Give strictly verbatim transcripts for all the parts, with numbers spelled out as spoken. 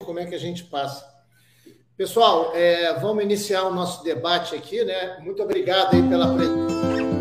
como é que a gente passa. Pessoal, é, vamos iniciar o nosso debate aqui, né? Muito obrigado aí pela presença.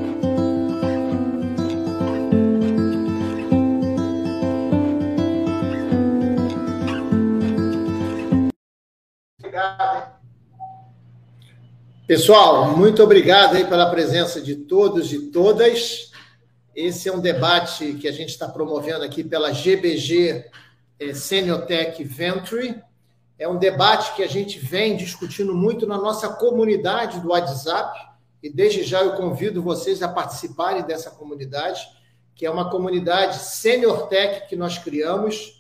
Pessoal, muito obrigado aí pela presença de todos e todas. Esse é um debate que a gente está promovendo aqui pela G B G é, Senior Tech Venture. É um debate que a gente vem discutindo muito na nossa comunidade do WhatsApp, e desde já eu convido vocês a participarem dessa comunidade, que é uma comunidade Senior Tech que nós criamos,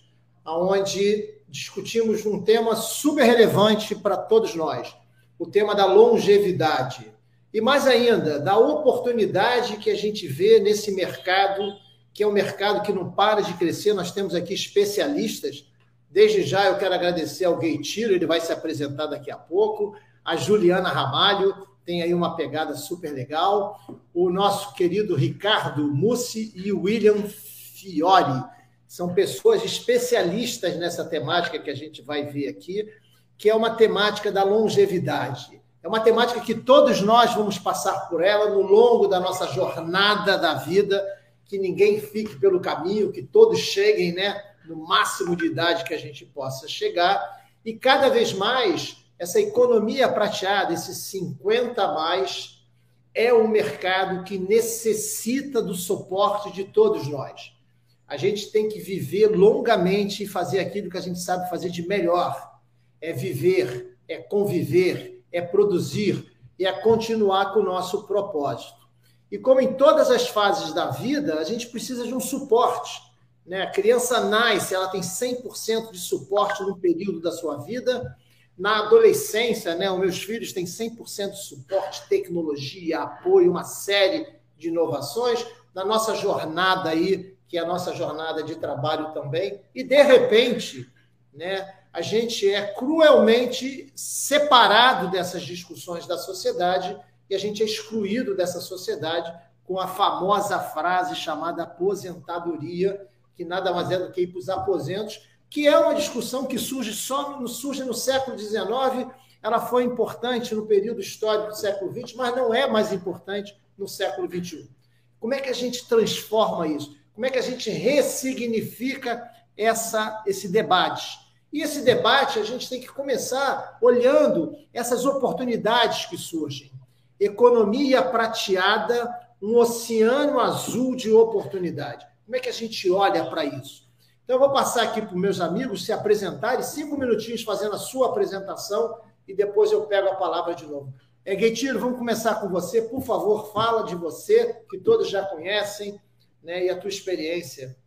onde discutimos um tema super relevante para todos nós, o tema da longevidade. E mais ainda, da oportunidade que a gente vê nesse mercado, que é um mercado que não para de crescer. Nós temos aqui especialistas. Desde já eu quero agradecer ao Gueitiro, ele vai se apresentar daqui a pouco. A Juliana Ramalho tem aí uma pegada super legal. O nosso querido Ricardo Mussi e o William Fiori. São pessoas especialistas nessa temática que a gente vai ver aqui, que é uma temática da longevidade. É uma temática que todos nós vamos passar por ela no longo da nossa jornada da vida, que ninguém fique pelo caminho, que todos cheguem, né, no máximo de idade que a gente possa chegar. E cada vez mais, essa economia prateada, esses cinquenta a mais, é um mercado que necessita do suporte de todos nós. A gente tem que viver longamente e fazer aquilo que a gente sabe fazer de melhor. É viver, é conviver, é produzir e é continuar com o nosso propósito. E como em todas as fases da vida, a gente precisa de um suporte, né? A criança nasce, ela tem cem por cento de suporte no período da sua vida. Na adolescência, né, os meus filhos têm cem por cento de suporte, tecnologia, apoio, uma série de inovações. Na nossa jornada aí, que é a nossa jornada de trabalho também. E, de repente, né, a gente é cruelmente separado dessas discussões da sociedade e a gente é excluído dessa sociedade com a famosa frase chamada aposentadoria, que nada mais é do que ir para os aposentos, que é uma discussão que surge só no, surge no século dezenove, ela foi importante no período histórico do século vinte, mas não é mais importante no século vinte e um. Como é que a gente transforma isso? Como é que a gente ressignifica essa, esse debate? E esse debate a gente tem que começar olhando essas oportunidades que surgem. Economia prateada, um oceano azul de oportunidade. Como é que a gente olha para isso? Então, eu vou passar aqui para os meus amigos se apresentarem, cinco minutinhos fazendo a sua apresentação, e depois eu pego a palavra de novo. É, Gueitiro, vamos começar com você. Por favor, fala de você, que todos já conhecem, né, e a tua experiência.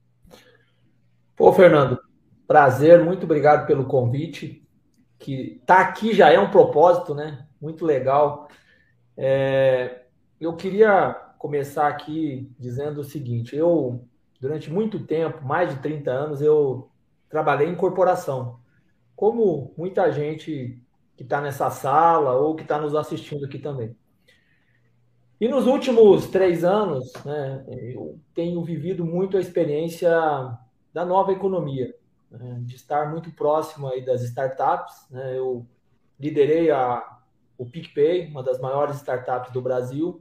Pô, Fernando, prazer, muito obrigado pelo convite, que tá aqui já é um propósito, né? Muito legal. É, eu queria começar aqui dizendo o seguinte: eu, durante muito tempo, mais de trinta anos, eu trabalhei em corporação, como muita gente que está nessa sala ou que está nos assistindo aqui também. E nos últimos três anos, né, eu tenho vivido muito a experiência da nova economia, né, de estar muito próximo aí das startups. Né, eu liderei a, o PicPay, uma das maiores startups do Brasil,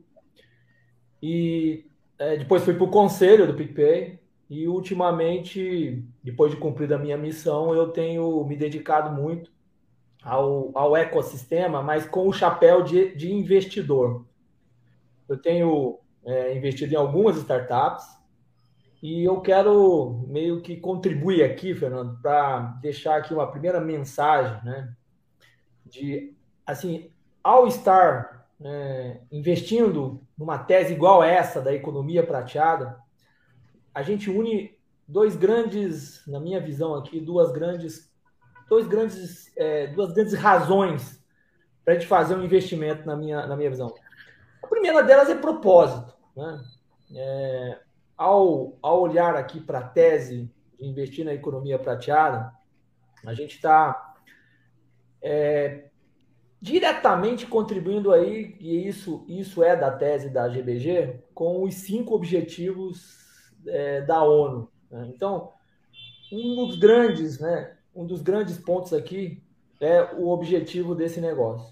e é, depois fui para o conselho do PicPay, e ultimamente, depois de cumprir a minha missão, eu tenho me dedicado muito ao, ao ecossistema, mas com o chapéu de, de investidor. Eu tenho é, investido em algumas startups e eu quero meio que contribuir aqui, Fernando, para deixar aqui uma primeira mensagem, né? De, assim, ao estar é, investindo numa tese igual essa da economia prateada, a gente une dois grandes, na minha visão aqui, duas grandes, dois grandes, é, duas grandes razões para a gente fazer um investimento na minha, na minha visão. A primeira delas é propósito, né? É, ao, ao olhar aqui para a tese de investir na economia prateada, a gente está é, diretamente contribuindo aí, e isso, isso é da tese da G B G, com os cinco objetivos é, da ONU. Né? Então, um dos grandes, né, um dos grandes pontos aqui é o objetivo desse negócio.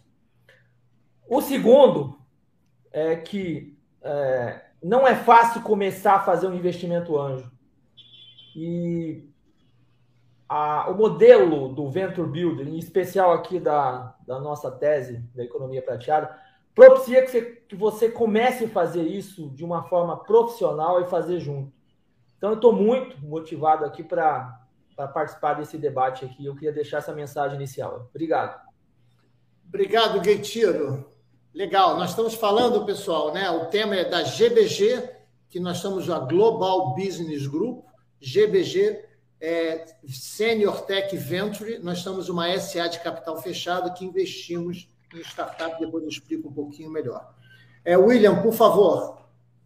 O segundo é que é, não é fácil começar a fazer um investimento anjo. E a, o modelo do Venture Builder, em especial aqui da, da nossa tese da economia prateada, propicia que você, que você comece a fazer isso de uma forma profissional e fazer junto. Então, eu estou muito motivado aqui para participar desse debate aqui. Eu queria deixar essa mensagem inicial. Obrigado. Obrigado, Gueitiro. Legal. Nós estamos falando, pessoal, né? O tema é da G B G, que nós somos a Global Business Group, G B G, é, Senior Tech Venture. Nós somos uma S A de capital fechado que investimos em startup. Depois eu explico um pouquinho melhor. É, William, por favor.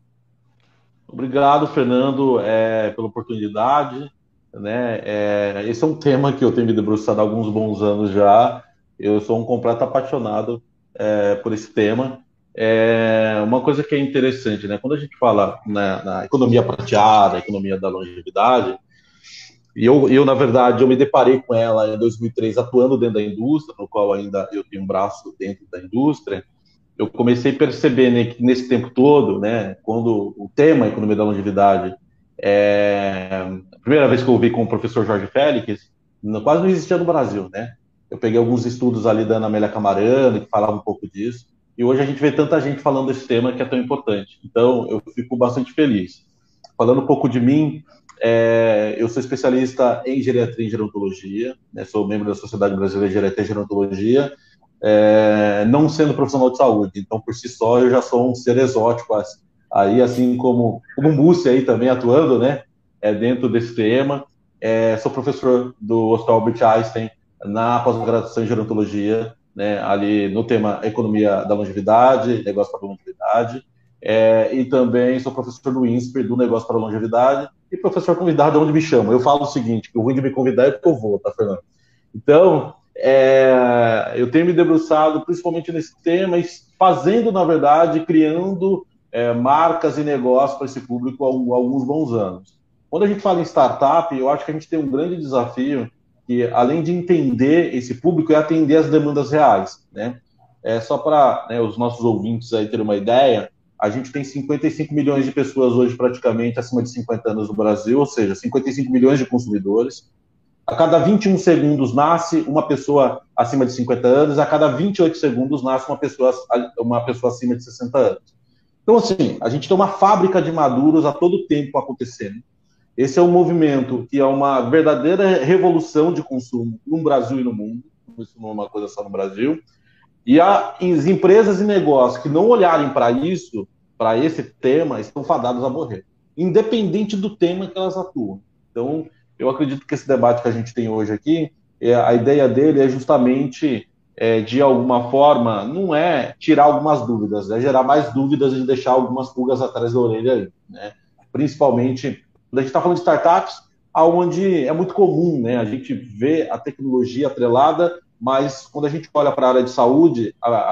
Obrigado, Fernando, é, pela oportunidade. Né? É, esse é um tema que eu tenho me debruçado há alguns bons anos já. Eu sou um completo apaixonado é, por esse tema. É, uma coisa que é interessante, né? Quando a gente fala na, na economia prateada, economia da longevidade, e eu, eu, na verdade, eu me deparei com ela em dois mil e três, atuando dentro da indústria, no qual ainda eu tenho um braço dentro da indústria. Eu comecei a perceber, né, que nesse tempo todo, né, quando o tema economia da longevidade, é, a primeira vez que eu ouvi com o professor Jorge Félix, quase não existia no Brasil, né? Eu peguei alguns estudos ali da Ana Amélia Camarano, que falavam um pouco disso, e hoje a gente vê tanta gente falando desse tema que é tão importante. Então, eu fico bastante feliz. Falando um pouco de mim, é, eu sou especialista em geriatria e gerontologia, né, sou membro da Sociedade Brasileira de Geriatria e Gerontologia, É, não sendo profissional de saúde, então por si só eu já sou um ser exótico aí, assim como como Múcia aí também atuando, né, é, dentro desse tema. É, sou professor do Hospital Albert Einstein na pós-graduação em gerontologia, né, ali no tema economia da longevidade, negócio para a longevidade, é, e também sou professor do INSPER, do negócio para a longevidade, e professor convidado onde me chamam. Eu falo o seguinte, que o ruim de me convidar é porque eu vou, tá, Fernando? Então, É, eu tenho me debruçado principalmente nesse tema, fazendo, na verdade, criando é, marcas e negócios para esse público há, há alguns bons anos. Quando a gente fala em startup, eu acho que a gente tem um grande desafio, que além de entender esse público, é atender as demandas reais, né? É, só para, né, os nossos ouvintes aí terem uma ideia, a gente tem cinquenta e cinco milhões de pessoas hoje praticamente acima de cinquenta anos no Brasil, ou seja, cinquenta e cinco milhões de consumidores. A cada vinte e um segundos nasce uma pessoa acima de cinquenta anos, a cada vinte e oito segundos nasce uma pessoa, uma pessoa acima de sessenta anos. Então, assim, a gente tem uma fábrica de maduros a todo tempo acontecendo. Esse é um movimento que é uma verdadeira revolução de consumo no Brasil e no mundo. Isso não é uma coisa só no Brasil. E as empresas e negócios que não olharem para isso, para esse tema, estão fadados a morrer, independente do tema que elas atuam. Então, eu acredito que esse debate que a gente tem hoje aqui, é, a ideia dele é justamente, é, de alguma forma, não é tirar algumas dúvidas, é gerar mais dúvidas e deixar algumas pulgas atrás da orelha aí, né? Principalmente, quando a gente está falando de startups, onde é muito comum, né, a gente vê a tecnologia atrelada, mas quando a gente olha para a área de saúde, a, a,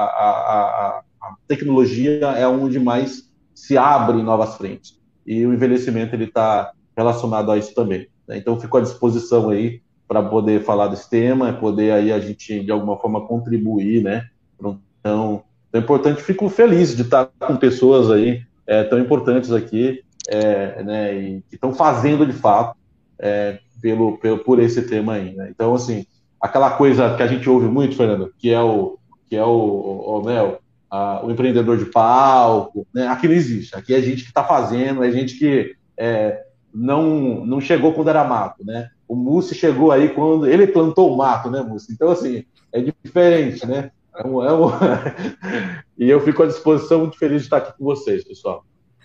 a, a tecnologia é onde mais se abre novas frentes. E o envelhecimento está relacionado a isso também. Então, fico à disposição aí para poder falar desse tema, poder aí a gente, de alguma forma, contribuir, né? Então, é importante, fico feliz de estar com pessoas aí é, tão importantes aqui, é, né, e que estão fazendo, de fato, é, pelo, pelo, por esse tema aí, né? Então, assim, aquela coisa que a gente ouve muito, Fernando, que é o, que é o, o, o, né, a, o empreendedor de palco, né? Aqui não existe, aqui é gente que está fazendo, é gente que... É, Não, não chegou quando era mato, né? O Mussi chegou aí quando ele plantou o mato, né, Mussi? Então, assim, é diferente, né? É um, é um... E eu fico à disposição, muito feliz de estar aqui com vocês, pessoal.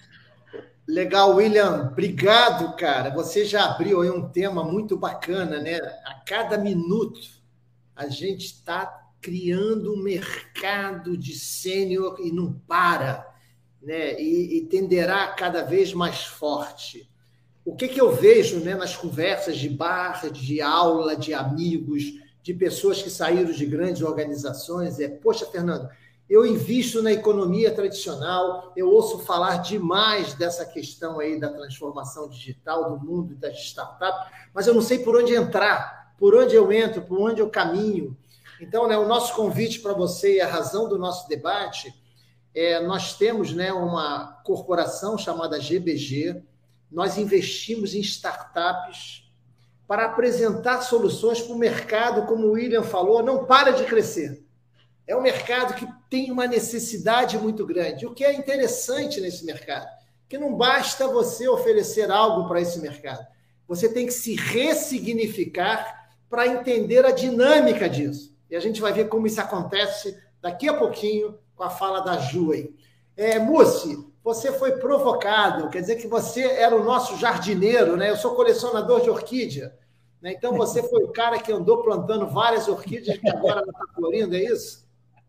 Legal, William. Obrigado, cara. Você já abriu aí um tema muito bacana, né? A cada minuto a gente está criando um mercado de sênior e não para, né? E, e tenderá cada vez mais forte. O que, que eu vejo, né, nas conversas de bar, de aula, de amigos, de pessoas que saíram de grandes organizações, é, poxa, Fernando, eu invisto na economia tradicional, eu ouço falar demais dessa questão aí da transformação digital do mundo das startups, mas eu não sei por onde entrar, por onde eu entro, por onde eu caminho. Então, né, o nosso convite para você e a razão do nosso debate é, nós temos, né, uma corporação chamada G B G, nós investimos em startups para apresentar soluções para o mercado, como o William falou, não para de crescer. É um mercado que tem uma necessidade muito grande. O que é interessante nesse mercado? Que não basta você oferecer algo para esse mercado. Você tem que se ressignificar para entender a dinâmica disso. E a gente vai ver como isso acontece daqui a pouquinho com a fala da Ju aí. É, Mussi, você foi provocado, quer dizer que você era o nosso jardineiro, né? Eu sou colecionador de orquídea, né? Então você foi o cara que andou plantando várias orquídeas que agora não está florindo, é isso?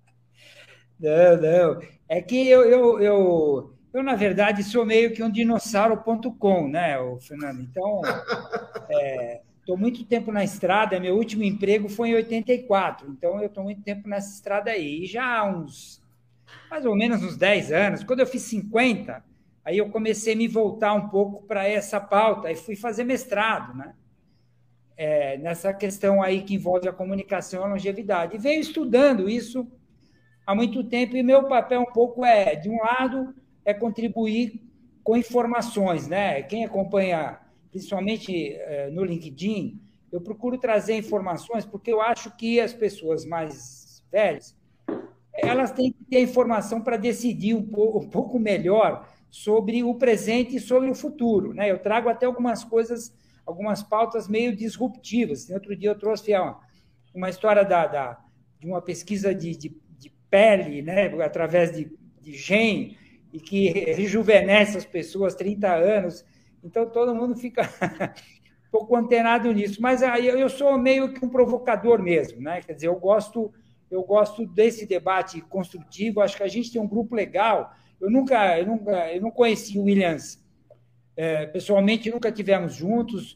Não, não. É que eu, eu, eu, eu, na verdade, sou meio que um dinossauro ponto com, né, Fernando? Então, estou é, muito tempo na estrada, meu último emprego foi em oitenta e quatro, então eu estou muito tempo nessa estrada aí. E já há uns, mais ou menos uns dez anos, quando eu fiz cinquenta, aí eu comecei a me voltar um pouco para essa pauta e fui fazer mestrado, né? É, nessa questão aí que envolve a comunicação e a longevidade. E venho estudando isso há muito tempo, e meu papel um pouco é, de um lado, é contribuir com informações, né? Quem acompanha, principalmente no LinkedIn, eu procuro trazer informações, porque eu acho que as pessoas mais velhas, elas têm que ter informação para decidir um pouco, um pouco melhor sobre o presente e sobre o futuro, né? Eu trago até algumas coisas, algumas pautas meio disruptivas. Outro dia eu trouxe uma, uma história da, da, de uma pesquisa de, de pele, né, através de, de gene, e que rejuvenesce as pessoas trinta anos. Então, todo mundo fica um pouco antenado nisso. Mas aí eu sou meio que um provocador mesmo, né? Quer dizer, eu gosto, eu gosto desse debate construtivo, acho que a gente tem um grupo legal. Eu nunca, eu nunca, eu não conheci o Williams é, pessoalmente, nunca tivemos juntos.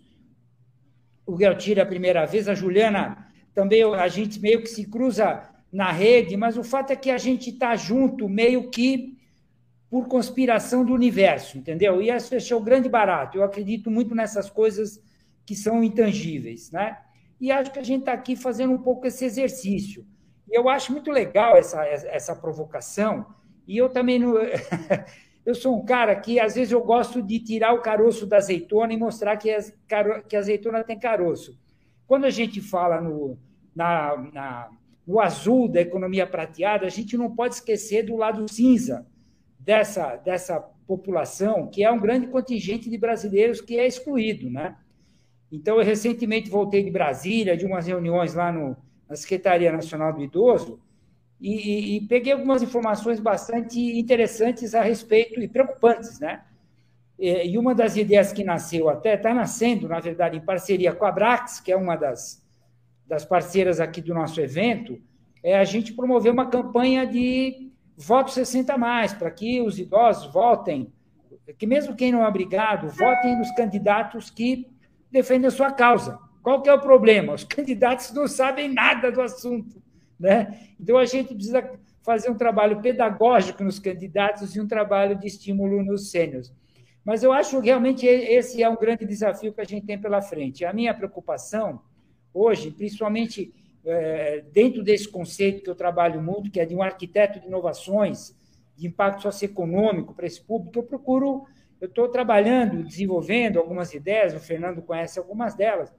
O Gueltir a primeira vez, a Juliana também, a gente meio que se cruza na rede, mas o fato é que a gente está junto meio que por conspiração do universo, entendeu? E esse é o grande barato. Eu acredito muito nessas coisas que são intangíveis, né? E acho que a gente está aqui fazendo um pouco esse exercício. E eu acho muito legal essa, essa provocação, e eu também não... eu sou um cara que, às vezes, eu gosto de tirar o caroço da azeitona e mostrar que a, que a azeitona tem caroço. Quando a gente fala no, na... na o azul da economia prateada, a gente não pode esquecer do lado cinza dessa, dessa população, que é um grande contingente de brasileiros que é excluído, né? Então, eu recentemente voltei de Brasília, de umas reuniões lá no, na Secretaria Nacional do Idoso, e, e, e peguei algumas informações bastante interessantes a respeito, e preocupantes, né? E, e uma das ideias que nasceu até, está nascendo, na verdade, em parceria com a Abrax, que é uma das das parceiras aqui do nosso evento, é a gente promover uma campanha de voto sessenta mais, para que os idosos votem, que mesmo quem não é obrigado, votem nos candidatos que defendem a sua causa. Qual que é o problema? Os candidatos não sabem nada do assunto, né? Então, a gente precisa fazer um trabalho pedagógico nos candidatos e um trabalho de estímulo nos sêniores. Mas eu acho que realmente esse é um grande desafio que a gente tem pela frente. A minha preocupação hoje, principalmente é, dentro desse conceito que eu trabalho muito, que é de um arquiteto de inovações, de impacto socioeconômico para esse público, eu procuro, eu estou trabalhando, desenvolvendo algumas ideias, o Fernando conhece algumas delas,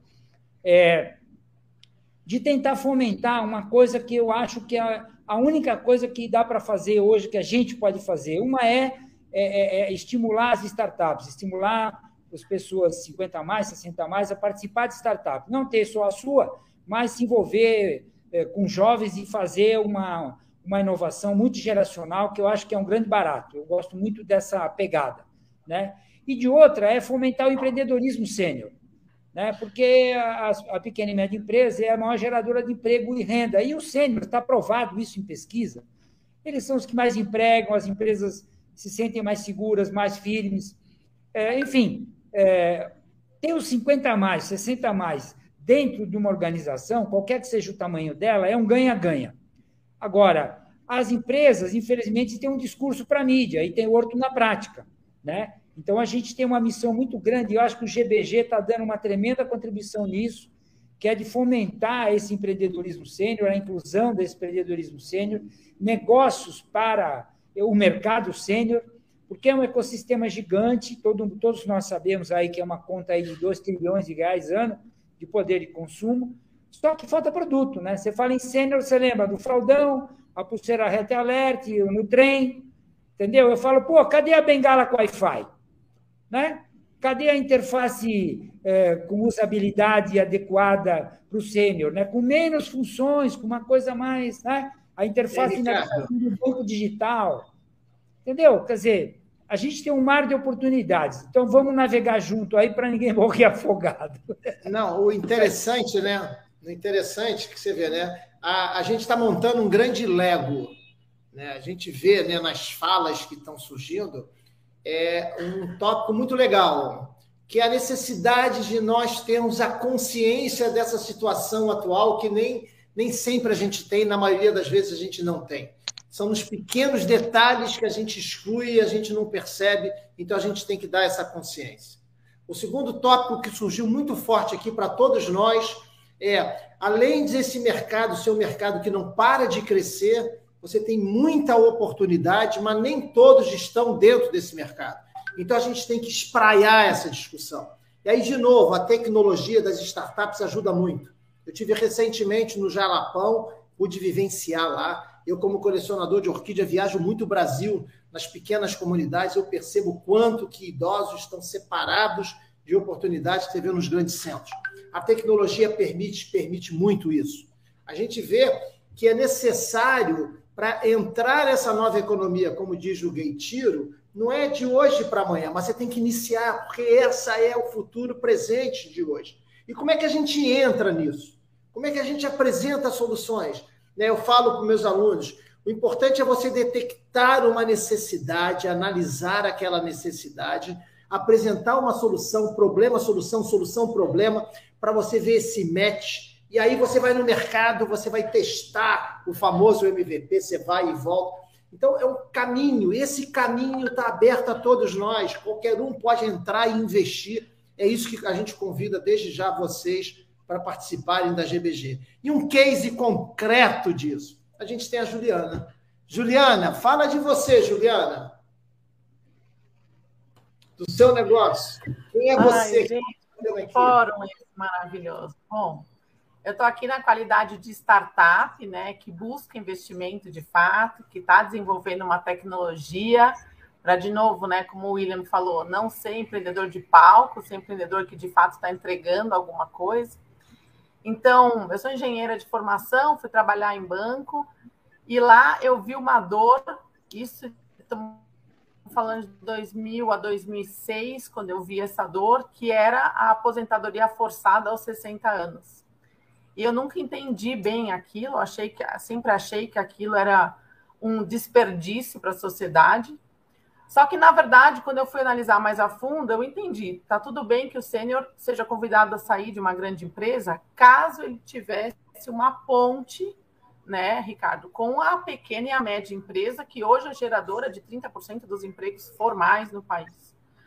é, de tentar fomentar uma coisa que eu acho que é a única coisa que dá para fazer hoje, que a gente pode fazer. Uma é, é, é estimular as startups, estimular as pessoas cinquenta a mais, sessenta a mais, a participar de startup. Não ter só a sua, mas se envolver é, com jovens e fazer uma, uma inovação muito geracional, que eu acho que é um grande barato. Eu gosto muito dessa pegada, né? E de outra é fomentar o empreendedorismo sênior, né? Porque a, a pequena e média empresa é a maior geradora de emprego e renda. E o sênior, está provado isso em pesquisa, eles são os que mais empregam, as empresas se sentem mais seguras, mais firmes. É, enfim, é, ter os cinquenta a mais, sessenta a mais dentro de uma organização, qualquer que seja o tamanho dela, é um ganha-ganha. Agora, as empresas, infelizmente, têm um discurso para a mídia e tem outro na prática, né? Então, a gente tem uma missão muito grande, e eu acho que o G B G está dando uma tremenda contribuição nisso, que é de fomentar esse empreendedorismo sênior, a inclusão desse empreendedorismo sênior, negócios para o mercado sênior, porque é um ecossistema gigante, todo, todos nós sabemos aí que é uma conta aí de dois trilhões de reais ano de poder de consumo, só que falta produto, né? Você fala em sênior, você lembra do fraldão, a pulseira Ret Alert, no trem, entendeu? Eu falo, pô, cadê a bengala com Wi-Fi? Né? Cadê a interface é, com usabilidade adequada para o sênior, né? Com menos funções, com uma coisa mais, né? A interface de navegação do banco digital, entendeu? Quer dizer, a gente tem um mar de oportunidades, então vamos navegar junto aí para ninguém morrer afogado. Não, o interessante, né? O interessante que você vê, né? A, a gente está montando um grande Lego, né? A gente vê, né, nas falas que estão surgindo é um tópico muito legal, que é a necessidade de nós termos a consciência dessa situação atual que nem, nem sempre a gente tem, na maioria das vezes a gente não tem. São nos pequenos detalhes que a gente exclui e a gente não percebe, então a gente tem que dar essa consciência. O segundo tópico que surgiu muito forte aqui para todos nós é, além desse mercado ser um mercado que não para de crescer, você tem muita oportunidade, mas nem todos estão dentro desse mercado. Então, a gente tem que espraiar essa discussão. E aí, de novo, a tecnologia das startups ajuda muito. Eu tive recentemente no Jalapão, pude vivenciar lá. Eu, como colecionador de orquídea, viajo muito o Brasil, nas pequenas comunidades, eu percebo o quanto que idosos estão separados de oportunidades que você vê nos grandes centros. A tecnologia permite, permite muito isso. A gente vê que é necessário, para entrar nessa nova economia, como diz o Gueitiro, não é de hoje para amanhã, mas você tem que iniciar, porque essa é o futuro presente de hoje. E como é que a gente entra nisso? Como é que a gente apresenta soluções? Eu falo para os meus alunos, o importante é você detectar uma necessidade, analisar aquela necessidade, apresentar uma solução, problema, solução, solução, problema, para você ver esse match. E aí você vai no mercado, você vai testar o famoso M V P, você vai e volta. Então, é um caminho. Esse caminho está aberto a todos nós. Qualquer um pode entrar e investir. É isso que a gente convida desde já vocês para participarem da G B G. E um case concreto disso. A gente tem a Juliana. Juliana, fala de você, Juliana. Do seu negócio. Quem é você? Ai, gente, fórum maravilhoso. Bom, eu estou aqui na qualidade de startup, né, que busca investimento de fato, que está desenvolvendo uma tecnologia para, de novo, né, como o William falou, não ser empreendedor de palco, ser empreendedor que, de fato, está entregando alguma coisa. Então, eu sou engenheira de formação, fui trabalhar em banco, e lá eu vi uma dor, isso estamos falando de dois mil a dois mil e seis, quando eu vi essa dor, que era a aposentadoria forçada aos sessenta anos. E eu nunca entendi bem aquilo, achei que, sempre achei que aquilo era um desperdício para a sociedade. Só que, na verdade, quando eu fui analisar mais a fundo, eu entendi. Está tudo bem que o sênior seja convidado a sair de uma grande empresa, caso ele tivesse uma ponte, né, Ricardo, com a pequena e a média empresa, que hoje é geradora de trinta por cento dos empregos formais no país.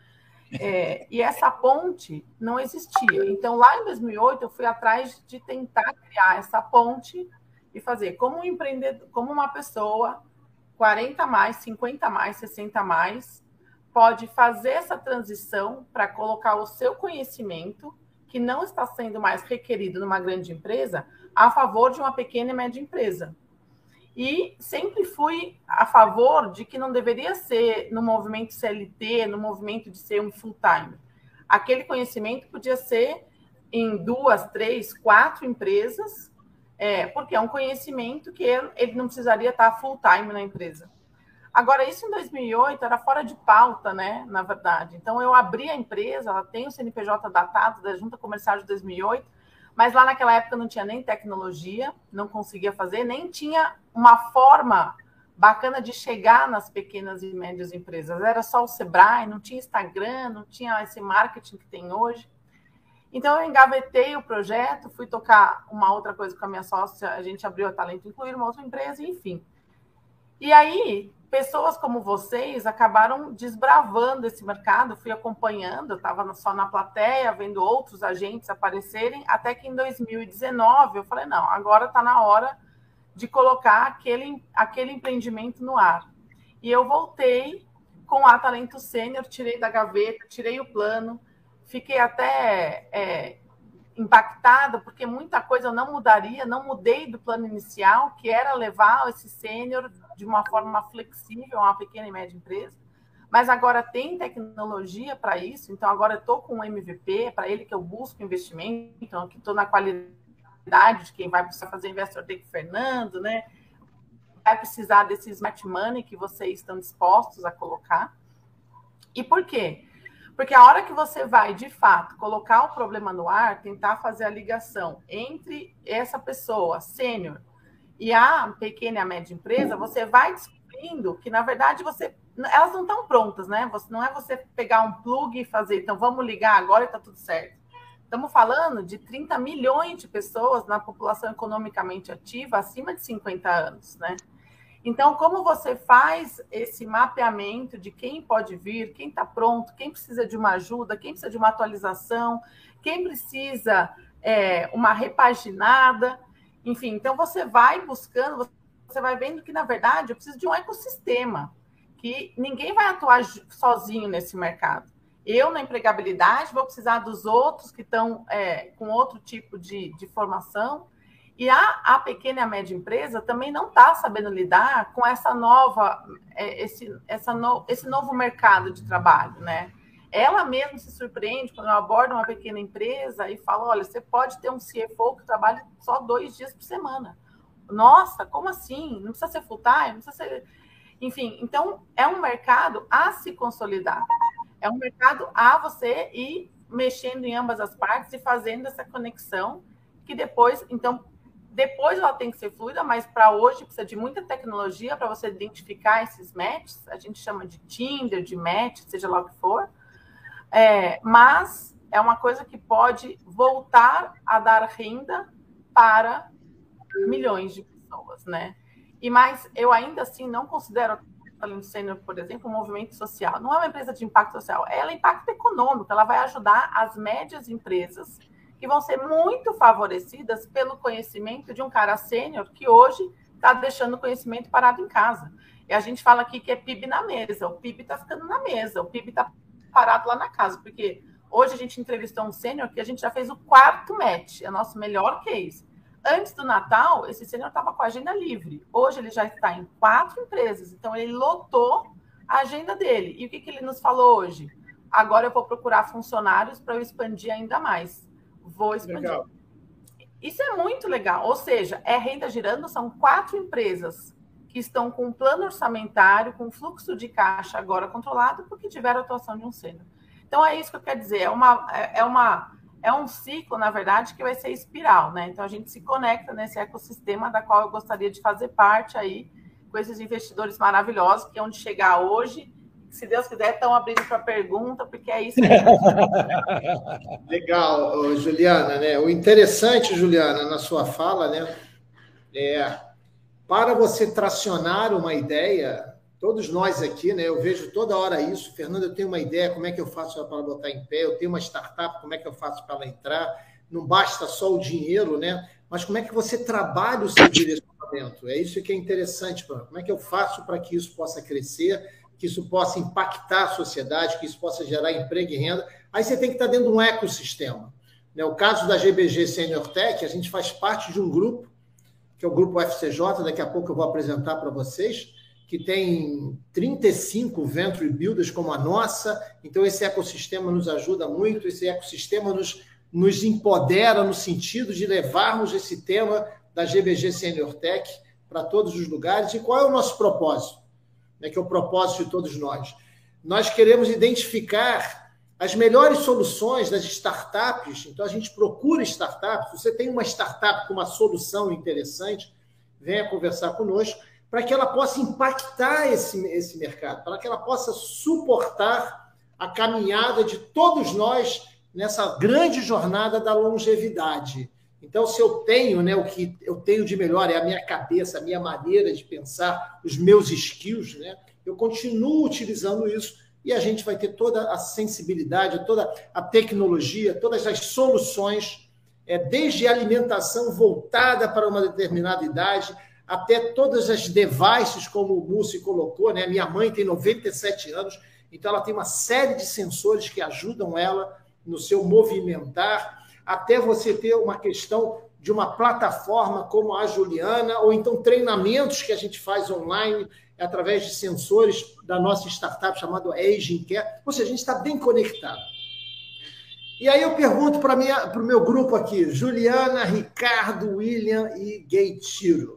É, e essa ponte não existia. Então, lá em dois mil e oito, eu fui atrás de tentar criar essa ponte e fazer como um empreendedor, como uma pessoa, quarenta mais, cinquenta mais, sessenta mais, pode fazer essa transição para colocar o seu conhecimento, que não está sendo mais requerido numa grande empresa, a favor de uma pequena e média empresa. E sempre fui a favor de que não deveria ser no movimento C L T, no movimento de ser um full-time. Aquele conhecimento podia ser em duas, três, quatro empresas, é, porque é um conhecimento que ele não precisaria estar full-time na empresa. Agora, isso em dois mil e oito era fora de pauta, né, na verdade. Então, eu abri a empresa, ela tem o C N P J datado da Junta Comercial de dois mil e oito, mas lá naquela época não tinha nem tecnologia, não conseguia fazer, nem tinha uma forma bacana de chegar nas pequenas e médias empresas. Era só o Sebrae, não tinha Instagram, não tinha esse marketing que tem hoje. Então, eu engavetei o projeto, fui tocar uma outra coisa com a minha sócia, a gente abriu a Talento Incluir, uma outra empresa, enfim. E aí, pessoas como vocês acabaram desbravando esse mercado, fui acompanhando, eu estava só na plateia, vendo outros agentes aparecerem, até que em dois mil e dezenove eu falei, não, agora está na hora de colocar aquele, aquele empreendimento no ar. E eu voltei com a Talento Sênior, tirei da gaveta, tirei o plano, fiquei até é, impactada, porque muita coisa eu não mudaria, não mudei do plano inicial, que era levar esse sênior de uma forma flexível a uma pequena e média empresa, mas agora tem tecnologia para isso, então agora eu estou com um M V P, é para ele que eu busco investimento, então aqui estou na qualidade de quem vai precisar fazer Investor Day com o Fernando, né? Vai precisar desse smart money que vocês estão dispostos a colocar. E por quê? Porque a hora que você vai, de fato, colocar o problema no ar, tentar fazer a ligação entre essa pessoa, sênior, e a pequena e a média empresa, você vai descobrindo que, na verdade, você, elas não estão prontas, né? Você, não é você pegar um plug e fazer, então vamos ligar agora e está tudo certo. Estamos falando de trinta milhões de pessoas na população economicamente ativa acima de cinquenta anos, né? Então, como você faz esse mapeamento de quem pode vir, quem está pronto, quem precisa de uma ajuda, quem precisa de uma atualização, quem precisa é, uma repaginada, enfim, então você vai buscando, você vai vendo que, na verdade, eu preciso de um ecossistema, que ninguém vai atuar sozinho nesse mercado. Eu, na empregabilidade, vou precisar dos outros que estão é, com outro tipo de, de formação. E a, a pequena e a média empresa também não está sabendo lidar com essa nova, esse, essa no, esse novo mercado de trabalho, né? Ela mesma se surpreende quando eu abordo uma pequena empresa e falo, olha, você pode ter um C F O que trabalha só dois dias por semana. Nossa, como assim? Não precisa ser full-time? Não precisa ser... Enfim, então é um mercado a se consolidar. É um mercado a você ir mexendo em ambas as partes e fazendo essa conexão que depois, então, depois ela tem que ser fluida, mas para hoje precisa de muita tecnologia para você identificar esses matches. A gente chama de Tinder, de match, seja lá o que for. É, mas é uma coisa que pode voltar a dar renda para milhões de pessoas, né? E mais, eu ainda assim não considero a Talento Sênior, por exemplo, um movimento social. Não é uma empresa de impacto social, ela é impacto econômico, ela vai ajudar as médias empresas que vão ser muito favorecidas pelo conhecimento de um cara sênior que hoje está deixando o conhecimento parado em casa. E a gente fala aqui que é P I B na mesa, o P I B está ficando na mesa, o P I B está parado lá na casa, porque hoje a gente entrevistou um sênior que a gente já fez o quarto match, é o nosso melhor case. Antes do Natal, esse sênior estava com a agenda livre. Hoje ele já está em quatro empresas, então ele lotou a agenda dele. E o que, que ele nos falou hoje? Agora eu vou procurar funcionários para eu expandir ainda mais. Vou expandir. Legal. Isso é muito legal. Ou seja, é renda girando, são quatro empresas que estão com um plano orçamentário, com fluxo de caixa agora controlado, porque tiveram a atuação de um sênior. Então, é isso que eu quero dizer. É, uma, é, uma, é um ciclo, na verdade, que vai ser espiral, né? Então, a gente se conecta nesse ecossistema da qual eu gostaria de fazer parte aí, com esses investidores maravilhosos, que é onde chegar hoje. Se Deus quiser, estão abrindo para pergunta, porque é isso que a gente... Legal, Juliana, né? O interessante, Juliana, na sua fala, né, é para você tracionar uma ideia, todos nós aqui, né, eu vejo toda hora isso, Fernando, eu tenho uma ideia, como é que eu faço para botar em pé? Eu tenho uma startup, como é que eu faço para ela entrar? Não basta só o dinheiro, né? Mas como é que você trabalha o seu direcionamento? É isso que é interessante, como é que eu faço para que isso possa crescer, que isso possa impactar a sociedade, que isso possa gerar emprego e renda. Aí você tem que estar dentro de um ecossistema. O caso da G B G Senior Tech, a gente faz parte de um grupo, que é o Grupo F C J, daqui a pouco eu vou apresentar para vocês, que tem trinta e cinco Venture Builders como a nossa, então esse ecossistema nos ajuda muito, esse ecossistema nos, nos empodera no sentido de levarmos esse tema da G B G Senior Tech para todos os lugares. E qual é o nosso propósito? Né, que é o propósito de todos nós. Nós queremos identificar as melhores soluções das startups, então a gente procura startups. Se você tem uma startup com uma solução interessante, venha conversar conosco, para que ela possa impactar esse, esse mercado, para que ela possa suportar a caminhada de todos nós nessa grande jornada da longevidade. Então, se eu tenho, né, o que eu tenho de melhor é a minha cabeça, a minha maneira de pensar, os meus skills, né, eu continuo utilizando isso e a gente vai ter toda a sensibilidade, toda a tecnologia, todas as soluções, é, desde a alimentação voltada para uma determinada idade, até todas as devices, como o Múcio colocou, né? Minha mãe tem noventa e sete anos, então ela tem uma série de sensores que ajudam ela no seu movimentar, até você ter uma questão de uma plataforma como a Juliana, ou então treinamentos que a gente faz online através de sensores da nossa startup chamada Aging Care. Ou seja, a gente está bem conectado. E aí eu pergunto para o meu grupo aqui, Juliana, Ricardo, William e Gueitiro.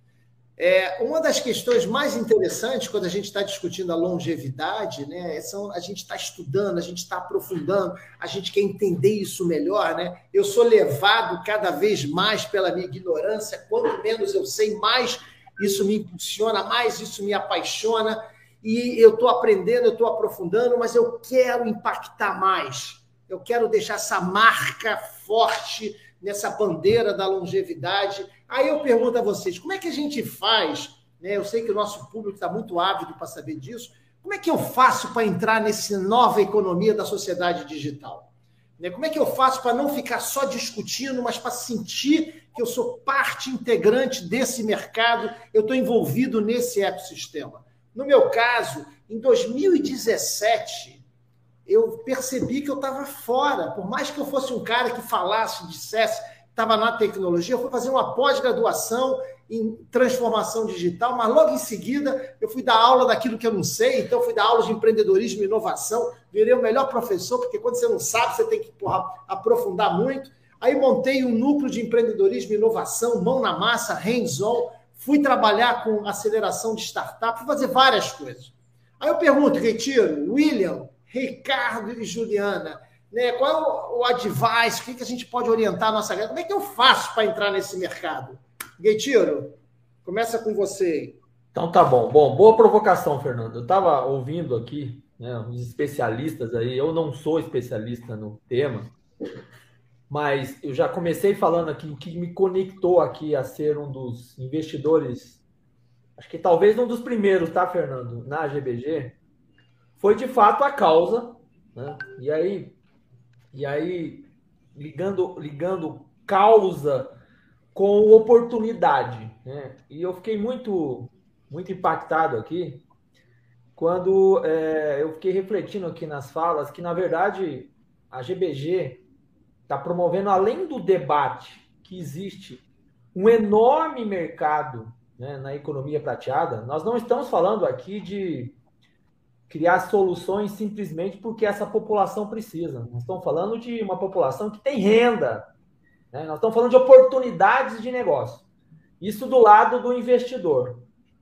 É, uma das questões mais interessantes quando a gente está discutindo a longevidade, né, são, a gente está estudando, a gente está aprofundando, a gente quer entender isso melhor, né? Eu sou levado cada vez mais pela minha ignorância, quanto menos eu sei, mais isso me impulsiona, mais isso me apaixona, e eu estou aprendendo, eu estou aprofundando, mas eu quero impactar mais, eu quero deixar essa marca forte nessa bandeira da longevidade. Aí eu pergunto a vocês, como é que a gente faz, né? Eu sei que o nosso público está muito ávido para saber disso, como é que eu faço para entrar nessa nova economia da sociedade digital? Né? Como é que eu faço para não ficar só discutindo, mas para sentir que eu sou parte integrante desse mercado, eu estou envolvido nesse ecossistema? No meu caso, em dois mil e dezessete, eu percebi que eu estava fora, por mais que eu fosse um cara que falasse, dissesse, estava na tecnologia, eu fui fazer uma pós-graduação em transformação digital, mas logo em seguida eu fui dar aula daquilo que eu não sei, então eu fui dar aula de empreendedorismo e inovação, virei o melhor professor, porque quando você não sabe, você tem que porra, aprofundar muito. Aí montei um núcleo de empreendedorismo e inovação, mão na massa, hands-on, fui trabalhar com aceleração de startup, fui fazer várias coisas. Aí eu pergunto, Retiro, William, Ricardo e Juliana, né, qual é o advice, o que, que a gente pode orientar a nossa galera? Como é que eu faço para entrar nesse mercado? Gueitiro, começa com você. Então tá bom. Bom, boa provocação, Fernando. Eu estava ouvindo aqui, né, os especialistas aí, eu não sou especialista no tema, mas eu já comecei falando aqui o que me conectou aqui a ser um dos investidores, acho que talvez um dos primeiros, tá, Fernando, na G B G, foi de fato a causa, né? E aí, e aí ligando, ligando causa com oportunidade, né? E eu fiquei muito, muito impactado aqui quando é, eu fiquei refletindo aqui nas falas que, na verdade, a G B G está promovendo, além do debate que existe, um enorme mercado, né, na economia prateada. Nós não estamos falando aqui de criar soluções simplesmente porque essa população precisa. Nós estamos falando de uma população que tem renda, né? Nós estamos falando de oportunidades de negócio. Isso do lado do investidor.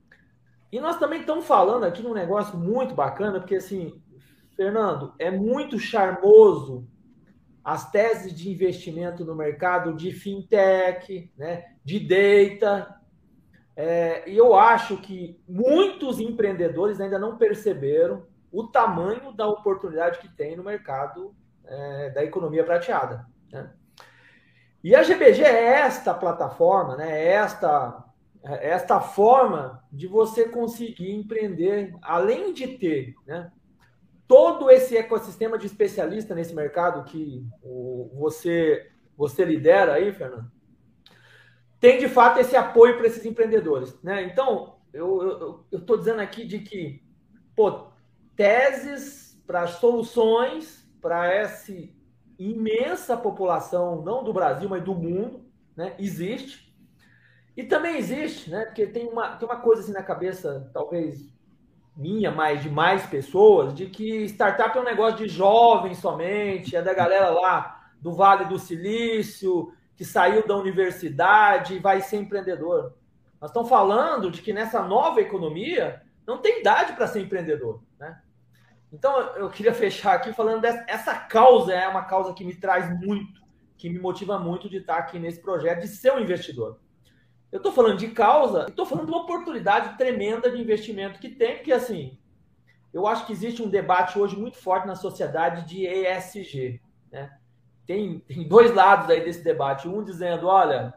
E nós também estamos falando aqui de um negócio muito bacana, porque, assim, Fernando, é muito charmoso as teses de investimento no mercado de fintech, né, de data. É, e eu acho que muitos empreendedores ainda não perceberam o tamanho da oportunidade que tem no mercado é, da economia prateada, né? E a G B G é esta plataforma, né, é esta, é esta forma de você conseguir empreender, além de ter, né, todo esse ecossistema de especialista nesse mercado que o, você, você lidera aí, Fernando, tem, de fato, esse apoio para esses empreendedores, né? Então, eu estou dizendo aqui de que, pô, teses para soluções para essa imensa população, não do Brasil, mas do mundo, né, existe. E também existe, né, porque tem uma, tem uma coisa assim na cabeça, talvez minha, mas de mais pessoas, de que startup é um negócio de jovens somente, é da galera lá do Vale do Silício, que saiu da universidade e vai ser empreendedor. Nós estamos falando de que nessa nova economia não tem idade para ser empreendedor, né? Então, eu queria fechar aqui falando dessa essa causa, é uma causa que me traz muito, que me motiva muito de estar aqui nesse projeto, de ser um investidor. Eu estou falando de causa e estou falando de uma oportunidade tremenda de investimento que tem, porque, assim, eu acho que existe um debate hoje muito forte na sociedade de E S G, né? tem, tem dois lados aí desse debate. Um dizendo, olha,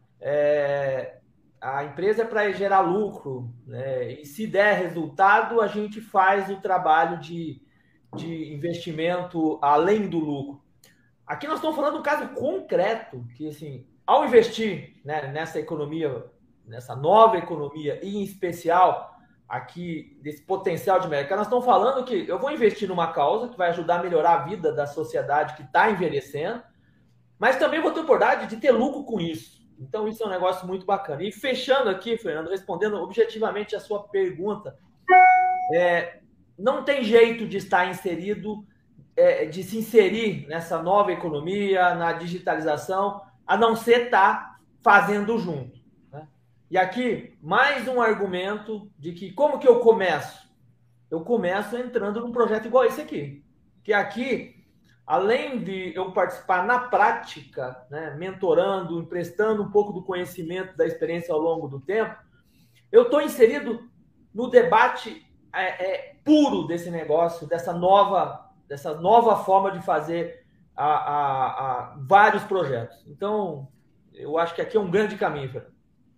é, a empresa é para gerar lucro, né? E se der resultado, a gente faz o trabalho de, de investimento além do lucro. Aqui nós estamos falando de um caso concreto, que assim, ao investir, né, nessa economia, nessa nova economia, e em especial aqui desse potencial de mercado, nós estamos falando que eu vou investir numa causa que vai ajudar a melhorar a vida da sociedade que está envelhecendo, mas também vou ter oportunidade de ter lucro com isso. Então, isso é um negócio muito bacana. E fechando aqui, Fernando, respondendo objetivamente a sua pergunta, é, não tem jeito de estar inserido, é, de se inserir nessa nova economia, na digitalização, a não ser estar fazendo junto. Né? E aqui, mais um argumento de que como que eu começo? Eu começo entrando num projeto igual esse aqui. Que aqui, além de eu participar na prática, né, mentorando, emprestando um pouco do conhecimento, da experiência ao longo do tempo, eu estou inserido no debate é, é, puro desse negócio, dessa nova, dessa nova forma de fazer a, a, a vários projetos. Então, eu acho que aqui é um grande caminho, Fernando.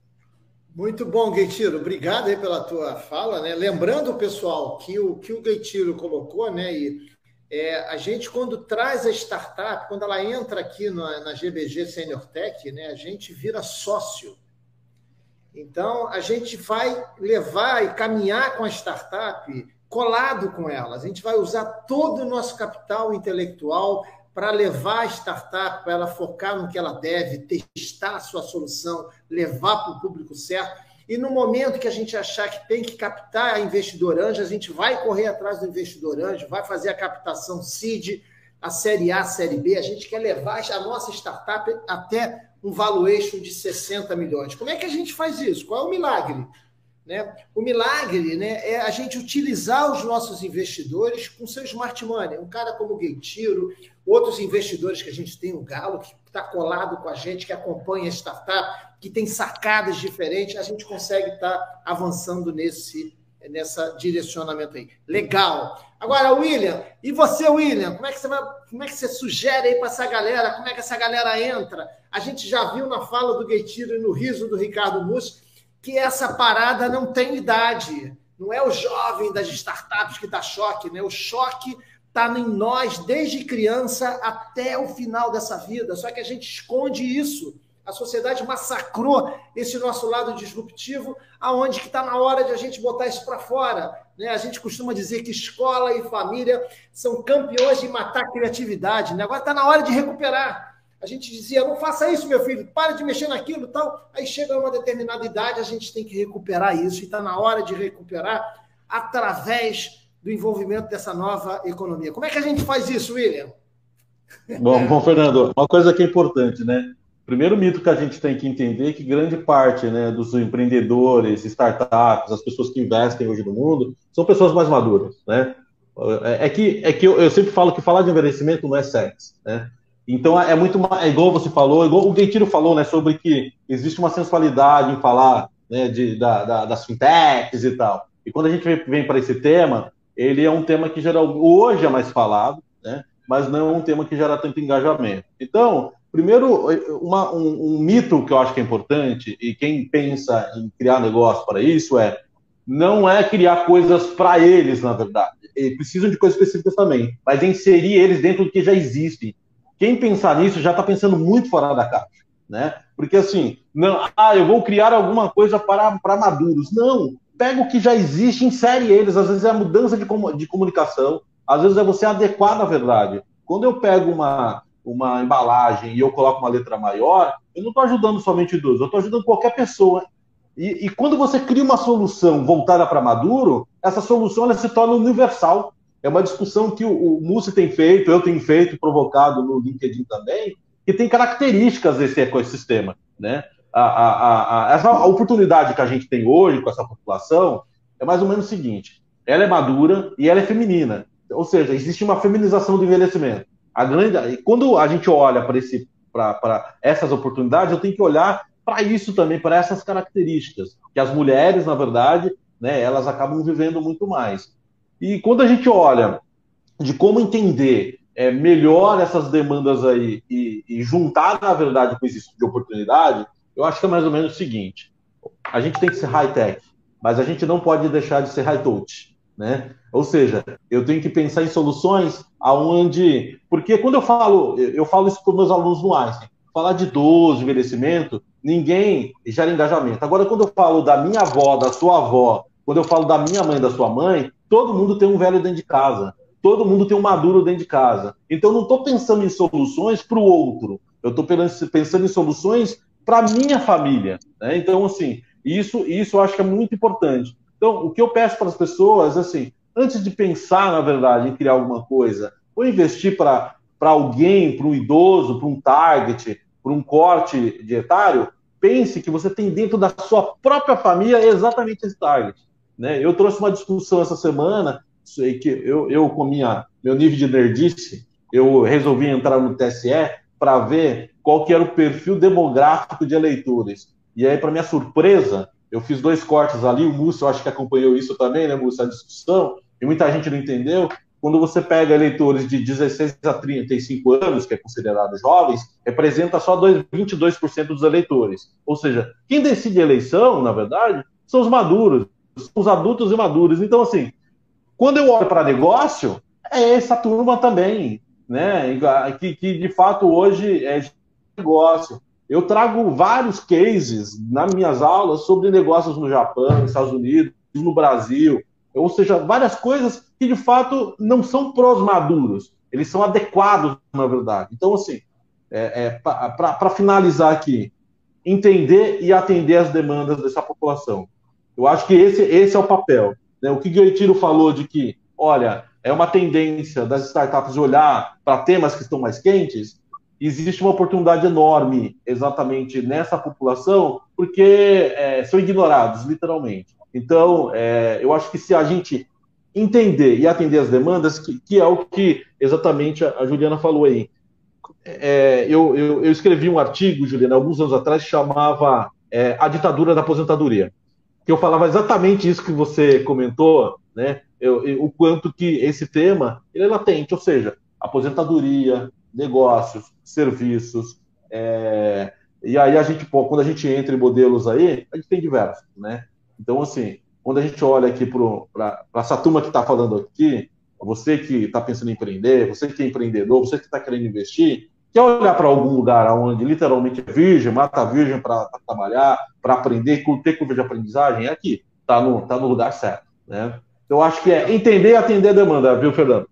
Muito bom, Gueitiro. Obrigado aí pela tua fala, né? Lembrando, pessoal, que o que o Gueitiro colocou, né, e É, a gente, quando traz a startup, quando ela entra aqui na, na G B G Senior Tech, né, a gente vira sócio. Então, a gente vai levar e caminhar com a startup colado com ela. A gente vai usar todo o nosso capital intelectual para levar a startup, para ela focar no que ela deve, testar a sua solução, levar para o público certo. E no momento que a gente achar que tem que captar a investidor anjo, a gente vai correr atrás do investidor anjo, vai fazer a captação seed, a série A, a série B. A gente quer levar a nossa startup até um valuation de sessenta milhões. Como é que a gente faz isso? Qual é o milagre? Né? O milagre, né, é a gente utilizar os nossos investidores com seu smart money. Um cara como o Gueitiro, outros investidores que a gente tem, o Galo, que está colado com a gente, que acompanha a startup, que tem sacadas diferentes, a gente consegue estar tá avançando nesse nessa direcionamento aí. Legal. Agora, William, e você, William, como é que você vai, como é que você sugere aí para essa galera? Como é que essa galera entra? A gente já viu na fala do Gueitiro e no riso do Ricardo Mussi que essa parada não tem idade. Não é o jovem das startups que dá choque, né? O choque está em nós desde criança até o final dessa vida. Só que a gente esconde isso. A sociedade massacrou esse nosso lado disruptivo, aonde que está na hora de a gente botar isso para fora. Né? A gente costuma dizer que escola e família são campeões de matar a criatividade. Né? Agora está na hora de recuperar. A gente dizia, não faça isso, meu filho, para de mexer naquilo e tal. Aí chega uma determinada idade, a gente tem que recuperar isso. E está na hora de recuperar através do envolvimento dessa nova economia. Como é que a gente faz isso, William? Bom, bom, Fernando, uma coisa que é importante, né? Primeiro mito que a gente tem que entender é que grande parte, né, dos empreendedores, startups, as pessoas que investem hoje no mundo, são pessoas mais maduras, né? É que, é que eu, eu sempre falo que falar de envelhecimento não é sexy, né? Então é muito é igual você falou, igual o Gueitiro falou, né, sobre que existe uma sensualidade em falar, né, de, da, da, das fintechs e tal. E quando a gente vem, vem para esse tema, ele é um tema que geral, hoje é mais falado, né, mas não é um tema que gera tanto engajamento. Então, primeiro, uma, um, um mito que eu acho que é importante, e quem pensa em criar negócio para isso é, não é criar coisas para eles, na verdade. Eles precisam de coisas específicas também, mas inserir eles dentro do que já existe. Quem pensar nisso já está pensando muito fora da caixa, né? Porque assim, não, ah, eu vou criar alguma coisa para, para maduros. Não, pega o que já existe, insere eles. Às vezes é a mudança de, com, de comunicação, às vezes é você adequar na verdade. Quando eu pego uma, uma embalagem e eu coloco uma letra maior, eu não estou ajudando somente idoso, eu estou ajudando qualquer pessoa. E, e quando você cria uma solução voltada para maduro, essa solução ela se torna universal. É uma discussão que o, o Mussi tem feito, eu tenho feito, provocado no LinkedIn também, que tem características desse ecossistema, né? A, a, a, essa oportunidade que a gente tem hoje com essa população é mais ou menos o seguinte, ela é madura e ela é feminina, ou seja, existe uma feminização do envelhecimento. A grande, e quando a gente olha para esse, para essas oportunidades, eu tenho que olhar para isso também, para essas características, que as mulheres, na verdade, né, elas acabam vivendo muito mais. E quando a gente olha de como entender é, melhor essas demandas aí e, e juntar, na verdade, com esse tipo de oportunidade, eu acho que é mais ou menos o seguinte: a gente tem que ser high-tech, mas a gente não pode deixar de ser high-touch, né? Ou seja, eu tenho que pensar em soluções aonde... Porque quando eu falo, eu falo isso para os meus alunos no Einstein, falar de idoso, envelhecimento, ninguém gera engajamento. Agora, quando eu falo da minha avó, da sua avó, quando eu falo da minha mãe, da sua mãe, todo mundo tem um velho dentro de casa, todo mundo tem um maduro dentro de casa. Então, eu não estou pensando em soluções para o outro, eu estou pensando em soluções para a minha família, né? Então, assim, isso, isso eu acho que é muito importante. Então, o que eu peço para as pessoas, assim, antes de pensar, na verdade, em criar alguma coisa, ou investir para alguém, para um idoso, para um target, para um corte dietário, pense que você tem dentro da sua própria família exatamente esse target, né? Eu trouxe uma discussão essa semana, que eu, eu com minha, meu nível de nerdice, eu resolvi entrar no T S E para ver qual que era o perfil demográfico de eleitores. E aí, para minha surpresa, eu fiz dois cortes ali, o Múcio, eu acho que acompanhou isso também, né, Múcio, a discussão, e muita gente não entendeu. Quando você pega eleitores de dezesseis a trinta e cinco anos, que é considerado jovens, representa só vinte e dois por cento dos eleitores. Ou seja, quem decide a eleição, na verdade, são os maduros, os adultos e maduros. Então, assim, quando eu olho para negócio, é essa turma também, né, que, que de fato hoje é negócio. Eu trago vários cases nas minhas aulas sobre negócios no Japão, nos Estados Unidos, no Brasil, ou seja, várias coisas que de fato não são pros maduros, eles são adequados, na verdade. Então, assim, é, é, para finalizar aqui, entender e atender as demandas dessa população. Eu acho que esse, esse é o papel, né? O que Gueitiro falou de que, olha, é uma tendência das startups de olhar para temas que estão mais quentes. Existe uma oportunidade enorme exatamente nessa população, porque é, são ignorados, literalmente. Então, é, eu acho que se a gente entender e atender as demandas, que, que é o que exatamente a, a Juliana falou aí. É, eu, eu, eu escrevi um artigo, Juliana, alguns anos atrás, que chamava é, A Ditadura da Aposentadoria, que eu falava exatamente isso que você comentou, né? Eu, eu, o quanto que esse tema ele é latente, ou seja, aposentadoria, negócios, serviços, é... e aí a gente, pô, quando a gente entra em modelos aí, a gente tem diversos, né? Então, assim, quando a gente olha aqui para essa turma que está falando aqui, você que está pensando em empreender, você que é empreendedor, você que está querendo investir, quer olhar para algum lugar onde literalmente é virgem, mata virgem para trabalhar, para aprender, ter curva de aprendizagem, é aqui, está no, tá no lugar certo, né? Então, acho que é entender e atender a demanda, viu, Fernando?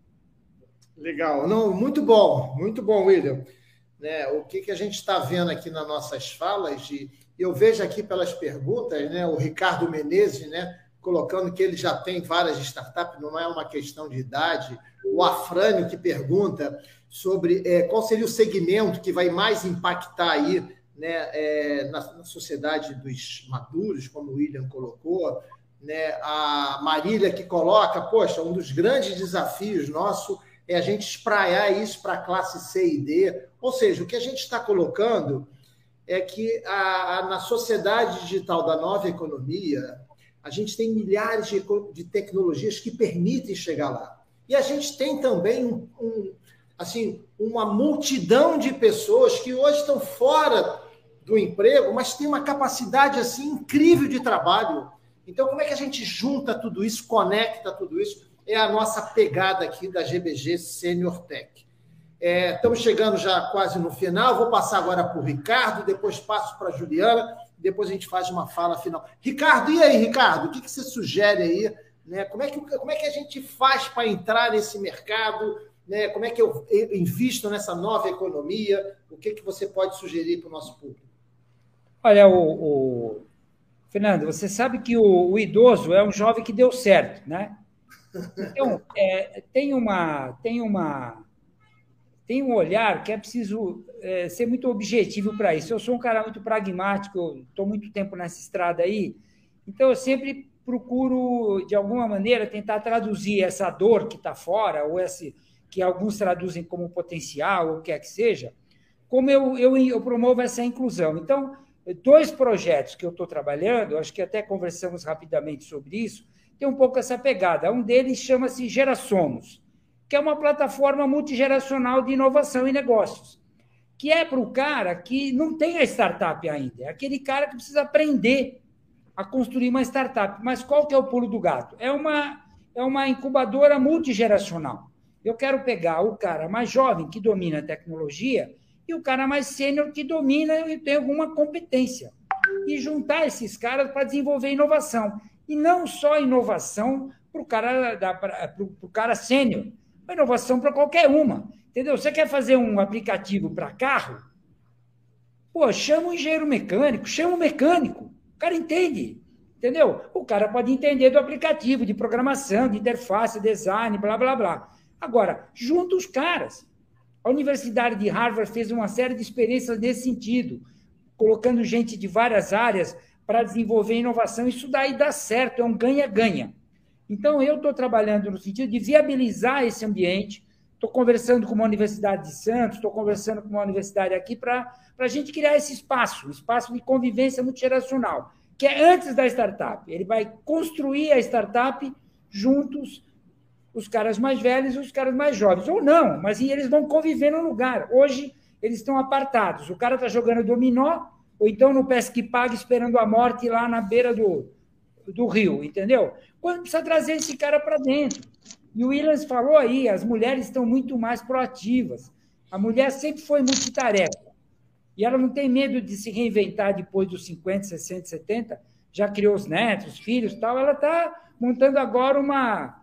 Legal. Não, muito bom, muito bom, William. Né, o que, que a gente está vendo aqui nas nossas falas, de, eu vejo aqui pelas perguntas, né, o Ricardo Menezes, né, colocando que ele já tem várias startups, não é uma questão de idade. O Afrânio, que pergunta sobre é, qual seria o segmento que vai mais impactar aí, né, é, na, na sociedade dos maduros, como o William colocou. Né, a Marília, que coloca, poxa, um dos grandes desafios nosso é a gente espraiar isso para a classe C e D. Ou seja, o que a gente está colocando é que a, a, na sociedade digital da nova economia, a gente tem milhares de, de tecnologias que permitem chegar lá. E a gente tem também um, um, assim, uma multidão de pessoas que hoje estão fora do emprego, mas têm uma capacidade assim, incrível de trabalho. Então, como é que a gente junta tudo isso, conecta tudo isso? É a nossa pegada aqui da G B G Senior Tech. É, estamos chegando já quase no final, vou passar agora para o Ricardo, depois passo para a Juliana, depois a gente faz uma fala final. Ricardo, e aí, Ricardo, o que, que você sugere aí? Né? Como, é que, como é que a gente faz para entrar nesse mercado? Né? Como é que eu invisto nessa nova economia? O que, que você pode sugerir para o nosso público? Olha, o, o... Fernando, você sabe que o, o idoso é um jovem que deu certo, né? Então, é, tem, uma, tem, uma, tem um olhar que é preciso é, ser muito objetivo para isso. Eu sou um cara muito pragmático, estou muito tempo nessa estrada aí, então eu sempre procuro, de alguma maneira, tentar traduzir essa dor que está fora, ou esse que alguns traduzem como potencial, ou o que quer que seja, como eu, eu, eu promovo essa inclusão. Então, dois projetos que eu estou trabalhando, acho que até conversamos rapidamente sobre isso, tem um pouco essa pegada. Um deles chama-se Gera Somos. que é uma plataforma multigeracional de inovação e negócios, que é para o cara que não tem a startup ainda, é aquele cara que precisa aprender a construir uma startup. Mas qual que é o pulo do gato? É uma, é uma incubadora multigeracional. Eu quero pegar o cara mais jovem, que domina a tecnologia, e o cara mais sênior, que domina e tem alguma competência. E juntar esses caras para desenvolver inovação. E não só inovação para o cara, cara sênior, mas inovação para qualquer uma. Entendeu? Você quer fazer um aplicativo para carro? Pô, chama o engenheiro mecânico, chama o mecânico. O cara entende. Entendeu? O cara pode entender do aplicativo, de programação, de interface, design, blá, blá, blá. Agora, junta os caras. A Universidade de Harvard fez uma série de experiências nesse sentido, colocando gente de várias áreas para desenvolver inovação. Isso daí dá certo, é um ganha-ganha. Então, eu estou trabalhando no sentido de viabilizar esse ambiente, estou conversando com uma Universidade de Santos, estou conversando com uma universidade aqui para a gente criar esse espaço, um espaço de convivência multigeracional, que é antes da startup. Ele vai construir a startup juntos, os caras mais velhos e os caras mais jovens. Ou não, mas eles vão conviver no lugar. Hoje, eles estão apartados. O cara está jogando dominó, ou então no pesque pague esperando a morte lá na beira do, do rio, entendeu? Quando precisa trazer esse cara para dentro. E o Williams falou aí, as mulheres estão muito mais proativas. A mulher sempre foi multitarefa. E ela não tem medo de se reinventar depois dos cinquenta, sessenta, setenta, já criou os netos, os filhos e tal. Ela está montando agora uma...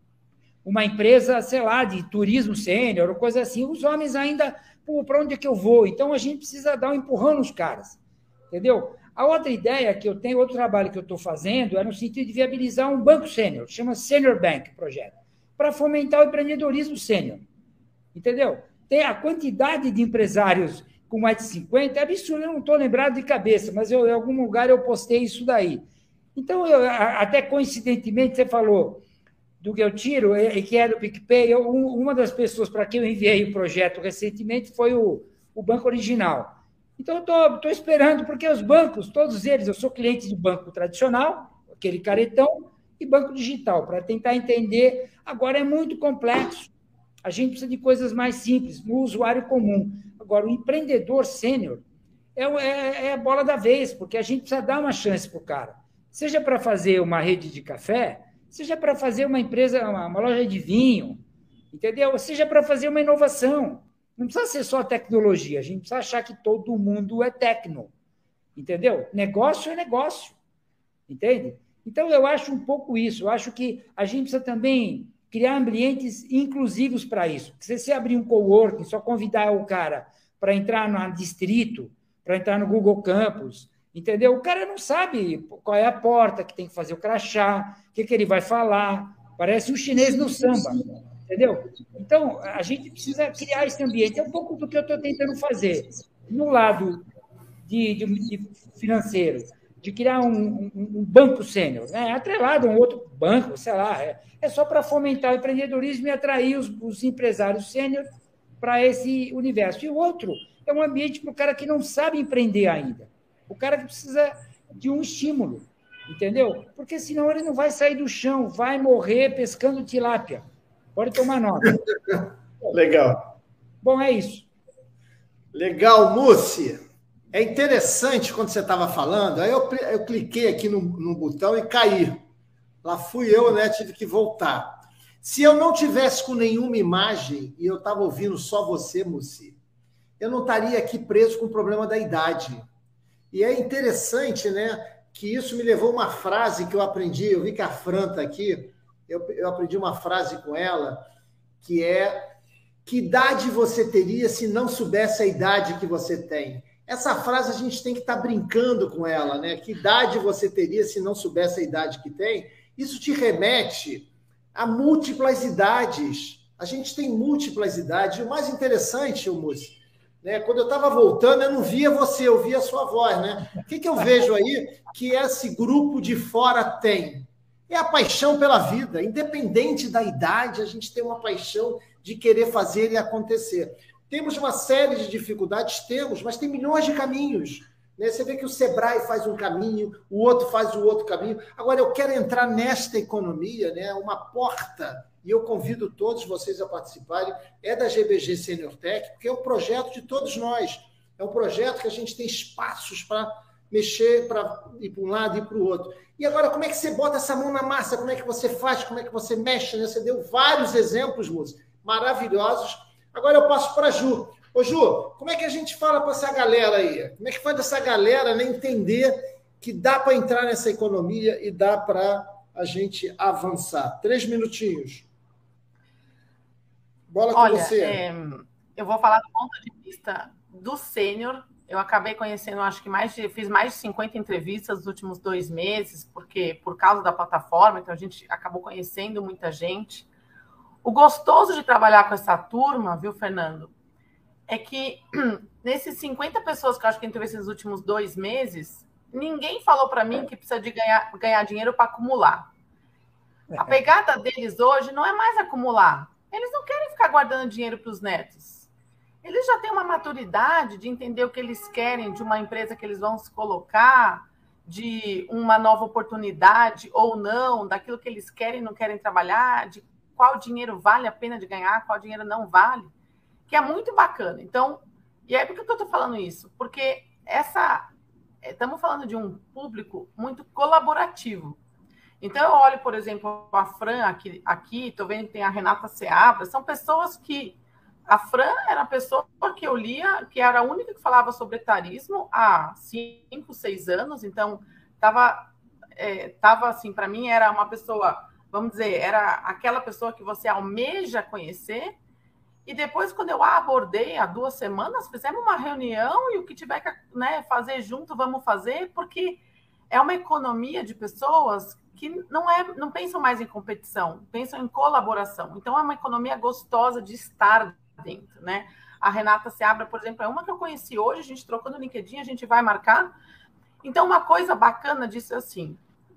uma empresa, sei lá, de turismo sênior, ou coisa assim. Os homens ainda, pô, para onde é que eu vou? Então, a gente precisa dar um empurrão nos caras, entendeu? A outra ideia que eu tenho, outro trabalho que eu estou fazendo, é no sentido de viabilizar um banco sênior, chama Senior Bank Projeto, para fomentar o empreendedorismo sênior, entendeu? Tem a quantidade de empresários com mais de cinquenta, é absurdo, eu não estou lembrado de cabeça, mas eu, em algum lugar eu postei isso daí. Então, eu, até coincidentemente, você falou do que eu tiro, e que é do PicPay, eu, uma das pessoas para quem eu enviei o projeto recentemente foi o, o Banco Original. Então, eu estou esperando, porque os bancos, todos eles, eu sou cliente de banco tradicional, aquele caretão, e banco digital, para tentar entender. Agora é muito complexo, a gente precisa de coisas mais simples, no usuário comum. Agora, o empreendedor sênior é, é, é a bola da vez, porque a gente precisa dar uma chance para o cara. Seja para fazer uma rede de café, seja para fazer uma empresa, uma, uma loja de vinho, entendeu? Seja para fazer uma inovação. Não precisa ser só tecnologia, a gente precisa achar que todo mundo é tecno, entendeu? Negócio é negócio, entende? Então, eu acho um pouco isso, eu acho que a gente precisa também criar ambientes inclusivos para isso. Se você abrir um coworking, só convidar o cara para entrar no distrito, para entrar no Google Campus, entendeu? O cara não sabe qual é a porta que tem que fazer o crachá, o que, que ele vai falar, parece um chinês no samba, entendeu? Então, a gente precisa criar esse ambiente, é um pouco do que eu estou tentando fazer, no lado de, de, de financeiro, de criar um, um, um banco sênior, né? Atrelado a um outro banco, sei lá, é, é só para fomentar o empreendedorismo e atrair os, os empresários sênior para esse universo. E o outro é um ambiente para o cara que não sabe empreender ainda, o cara que precisa de um estímulo, entendeu? Porque senão ele não vai sair do chão, vai morrer pescando tilápia. Pode tomar nota. Legal. Bom, é isso. Legal, Mussi. É interessante quando você estava falando, aí eu, eu cliquei aqui no, no botão e caí. Lá fui eu, né? Tive que voltar. Se eu não tivesse com nenhuma imagem e eu estava ouvindo só você, Mussi, eu não estaria aqui preso com o problema da idade. E é interessante, né, que isso me levou a uma frase que eu aprendi, eu vi que a Fran está aqui, eu, eu aprendi uma frase com ela, que é: que idade você teria se não soubesse a idade que você tem? Essa frase a gente tem que estar tá brincando com ela, né? Que idade você teria se não soubesse a idade que tem? Isso te remete a múltiplas idades. A gente tem múltiplas idades. E o mais interessante, Mussi, né? Quando eu estava voltando, eu não via você, eu via a sua voz, né? O que, que eu vejo aí que esse grupo de fora tem? É a paixão pela vida. Independente da idade, a gente tem uma paixão de querer fazer e acontecer. Temos uma série de dificuldades, temos, mas tem milhões de caminhos. Né? Você vê que o Sebrae faz um caminho, o outro faz o outro caminho. Agora, eu quero entrar nesta economia, né? Uma porta, e eu convido todos vocês a participarem, é da G B G Senior Tech, porque é um projeto de todos nós. É um projeto que a gente tem espaços para mexer, para ir para um lado e para o outro. E agora, como é que você bota essa mão na massa? Como é que você faz? Como é que você mexe? Né? Você deu vários exemplos, Múcio, maravilhosos. Agora eu passo para a Ju. Ô, Ju, como é que a gente fala para essa galera aí? Como é que faz essa galera, né, entender que dá para entrar nessa economia e dá para a gente avançar? Três minutinhos. Bola com Olha, você. É, eu vou falar do ponto de vista do sênior. Eu acabei conhecendo, acho que mais de, fiz mais de cinquenta entrevistas nos últimos dois meses, porque por causa da plataforma, então a gente acabou conhecendo muita gente. O gostoso de trabalhar com essa turma, viu, Fernando, é que nesses cinquenta pessoas que eu acho que eu entrevistei nos últimos dois meses, ninguém falou para mim que precisa de ganhar, ganhar dinheiro para acumular. A pegada deles hoje não é mais acumular. Eles não querem ficar guardando dinheiro para os netos. Eles já têm uma maturidade de entender o que eles querem de uma empresa que eles vão se colocar, de uma nova oportunidade ou não, daquilo que eles querem e não querem trabalhar, de qual dinheiro vale a pena de ganhar, qual dinheiro não vale, que é muito bacana. Então, e aí por que eu estou falando isso? Porque essa, estamos falando de um público muito colaborativo. Então, eu olho, por exemplo, a Fran aqui, aqui, estou vendo que tem a Renata Seabra, são pessoas que a Fran era a pessoa que eu lia, que era a única que falava sobre etarismo há cinco, seis anos. Então, estava, é, tava, assim, para mim, era uma pessoa, vamos dizer, era aquela pessoa que você almeja conhecer. E depois, quando eu a abordei há duas semanas, fizemos uma reunião e o que tiver que, né, fazer junto, vamos fazer, porque é uma economia de pessoas que não, é, não pensam mais em competição, pensam em colaboração. Então, é uma economia gostosa de estar dentro, né? A Renata Seabra, por exemplo, é uma que eu conheci hoje, a gente trocou no LinkedIn, a gente vai marcar. Então, uma coisa bacana disso é assim,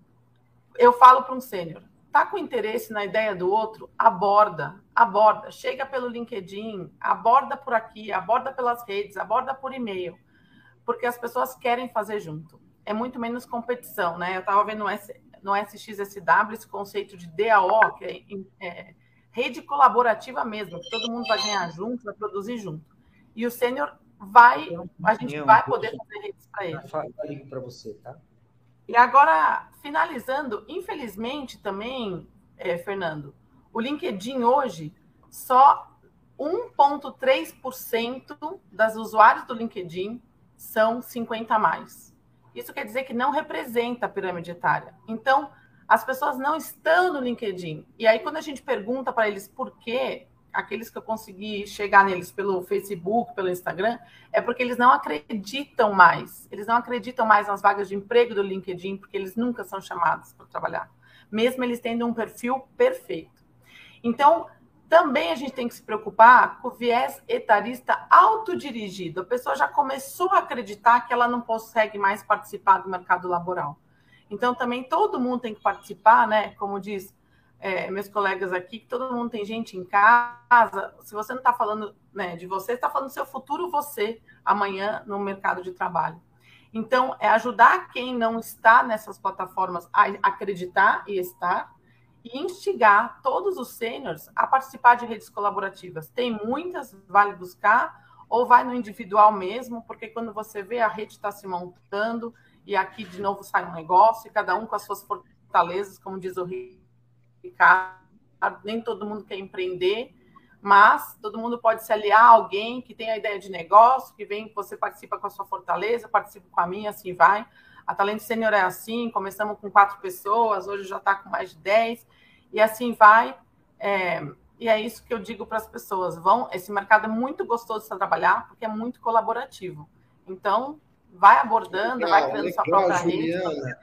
eu falo para um sênior, tá com interesse na ideia do outro? Aborda, aborda, chega pelo LinkedIn, aborda por aqui, aborda pelas redes, aborda por e-mail, porque as pessoas querem fazer junto. É muito menos competição, né? Eu estava vendo no, S, no S X S W esse conceito de D A O, que é, é rede colaborativa mesmo, que todo mundo vai ganhar junto, vai produzir junto. E o sênior vai, a gente vai poder fazer redes para ele. Eu ligo para você, tá? E agora, finalizando, infelizmente também, é, Fernando, o LinkedIn hoje, só um vírgula três por cento das usuários do LinkedIn são cinquenta a mais. Isso quer dizer que não representa a pirâmide etária. Então, as pessoas não estão no LinkedIn. E aí, quando a gente pergunta para eles por quê, aqueles que eu consegui chegar neles pelo Facebook, pelo Instagram, é porque eles não acreditam mais. Eles não acreditam mais nas vagas de emprego do LinkedIn, porque eles nunca são chamados para trabalhar, mesmo eles tendo um perfil perfeito. Então, também a gente tem que se preocupar com o viés etarista autodirigido. A pessoa já começou a acreditar que ela não consegue mais participar do mercado laboral. Então, também todo mundo tem que participar, né? Como diz é, meus colegas aqui, que todo mundo tem gente em casa. Se você não está falando, né, de você, está falando do seu futuro você, amanhã, no mercado de trabalho. Então, é ajudar quem não está nessas plataformas a acreditar e estar, e instigar todos os sêniors a participar de redes colaborativas. Tem muitas, vale buscar, ou vai no individual mesmo, porque quando você vê a rede está se montando, e aqui de novo sai um negócio, e cada um com as suas fortalezas, como diz o Ricardo, nem todo mundo quer empreender, mas todo mundo pode se aliar a alguém que tem a ideia de negócio, que vem, você participa com a sua fortaleza, participa com a minha, assim vai. A Talento Sênior é assim, começamos com quatro pessoas, hoje já está com mais de dez, e assim vai. É, e é isso que eu digo para as pessoas. Vão, esse mercado é muito gostoso de trabalhar, porque é muito colaborativo. Então, vai abordando, legal, vai criando legal, sua própria Juliana. rede.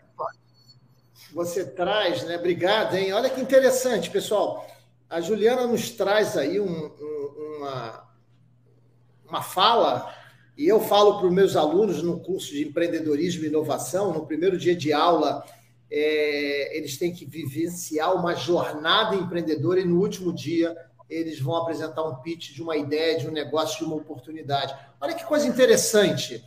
Você traz, né? Obrigado, hein? Olha que interessante, pessoal. A Juliana nos traz aí um, um, uma, uma fala, e eu falo para os meus alunos no curso de empreendedorismo e inovação, no primeiro dia de aula, é, eles têm que vivenciar uma jornada empreendedora e no último dia eles vão apresentar um pitch de uma ideia, de um negócio, de uma oportunidade. Olha que coisa interessante.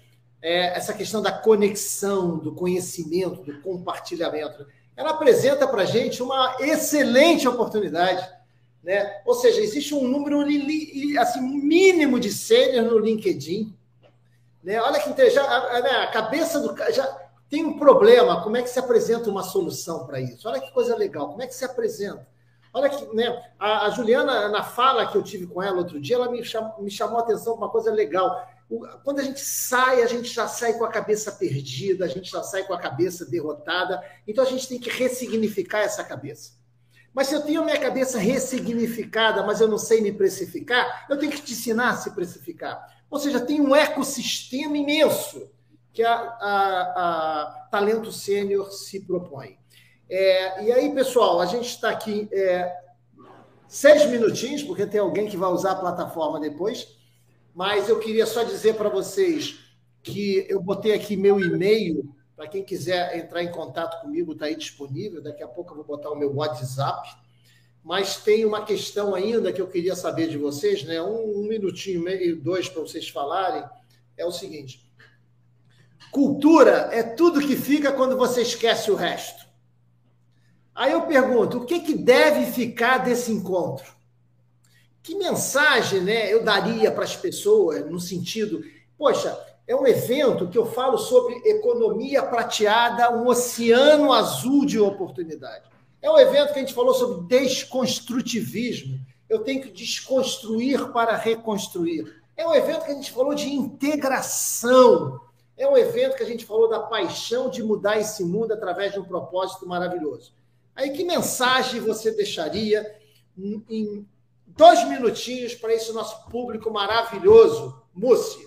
é, essa questão da conexão, do conhecimento, do compartilhamento. Ela apresenta para a gente uma excelente oportunidade, né? Ou seja, existe um número assim, mínimo de sênior no LinkedIn. Né? Olha que interessante, a, a cabeça do cara já tem um problema. Como é que se apresenta uma solução para isso? Olha que coisa legal, como é que se apresenta? Olha que, né, a, a Juliana, na fala que eu tive com ela outro dia, ela me chamou, me chamou a atenção para uma coisa legal. O, quando a gente sai, a gente já sai com a cabeça perdida, a gente já sai com a cabeça derrotada. Então a gente tem que ressignificar essa cabeça. Mas se eu tenho a minha cabeça ressignificada, mas eu não sei me precificar, eu tenho que te ensinar a se precificar. Ou seja, tem um ecossistema imenso que a, a, a Talento Sênior se propõe. É, e aí, pessoal, a gente está aqui é, seis minutinhos, porque tem alguém que vai usar a plataforma depois, mas eu queria só dizer para vocês que eu botei aqui meu e-mail, para quem quiser entrar em contato comigo, está aí disponível, daqui a pouco eu vou botar o meu WhatsApp, mas tem uma questão ainda que eu queria saber de vocês, né? um, um minutinho, meio, dois, para vocês falarem, é o seguinte: cultura é tudo que fica quando você esquece o resto. Aí eu pergunto, o que, que deve ficar desse encontro? Que mensagem, né, eu daria para as pessoas no sentido, poxa, é um evento que eu falo sobre economia prateada, um oceano azul de oportunidade. É um evento que a gente falou sobre desconstrutivismo. Eu tenho que desconstruir para reconstruir. É um evento que a gente falou de integração. É um evento que a gente falou da paixão de mudar esse mundo através de um propósito maravilhoso. Aí, que mensagem você deixaria em dois minutinhos para esse nosso público maravilhoso, Múcio?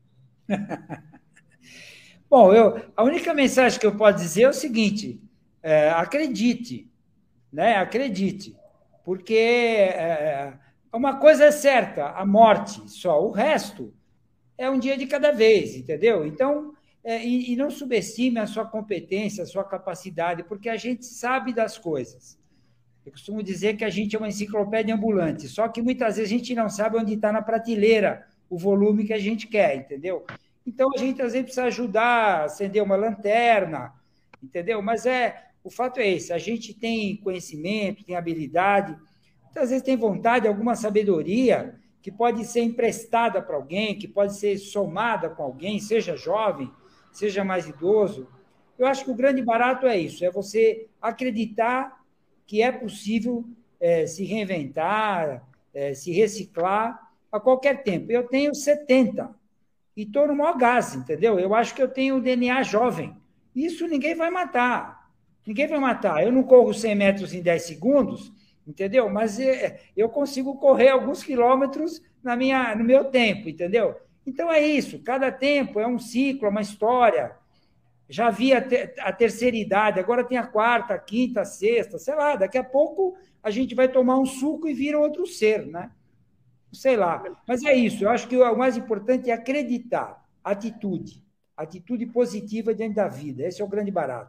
Bom, eu, a única mensagem que eu posso dizer é o seguinte: é, acredite, né? Acredite, porque é, uma coisa é certa, a morte só, o resto é um dia de cada vez, entendeu? Então, é, e, e não subestime a sua competência, a sua capacidade, porque a gente sabe das coisas. Eu costumo dizer que a gente é uma enciclopédia ambulante, só que muitas vezes a gente não sabe onde está na prateleira o volume que a gente quer, entendeu? Então, a gente, às vezes, precisa ajudar a acender uma lanterna, entendeu? Mas é, o fato é esse, a gente tem conhecimento, tem habilidade, muitas vezes tem vontade, alguma sabedoria que pode ser emprestada para alguém, que pode ser somada com alguém, seja jovem, seja mais idoso. Eu acho que o grande barato é isso, é você acreditar que é possível é, se reinventar, é, se reciclar a qualquer tempo. Eu tenho setenta e estou no maior gás, entendeu? Eu acho que eu tenho o D N A jovem. Isso ninguém vai matar. Ninguém vai matar. Eu não corro cem metros em dez segundos, entendeu? Mas eu consigo correr alguns quilômetros na minha, no meu tempo, entendeu? Então é isso. Cada tempo é um ciclo, é uma história. Já vi a, te, a terceira idade, agora tem a quarta, a quinta, a sexta, sei lá. Daqui a pouco a gente vai tomar um suco e vira outro ser, né? Sei lá. Mas é isso. Eu acho que o mais importante é acreditar. Atitude. Atitude positiva diante da vida. Esse é o grande barato.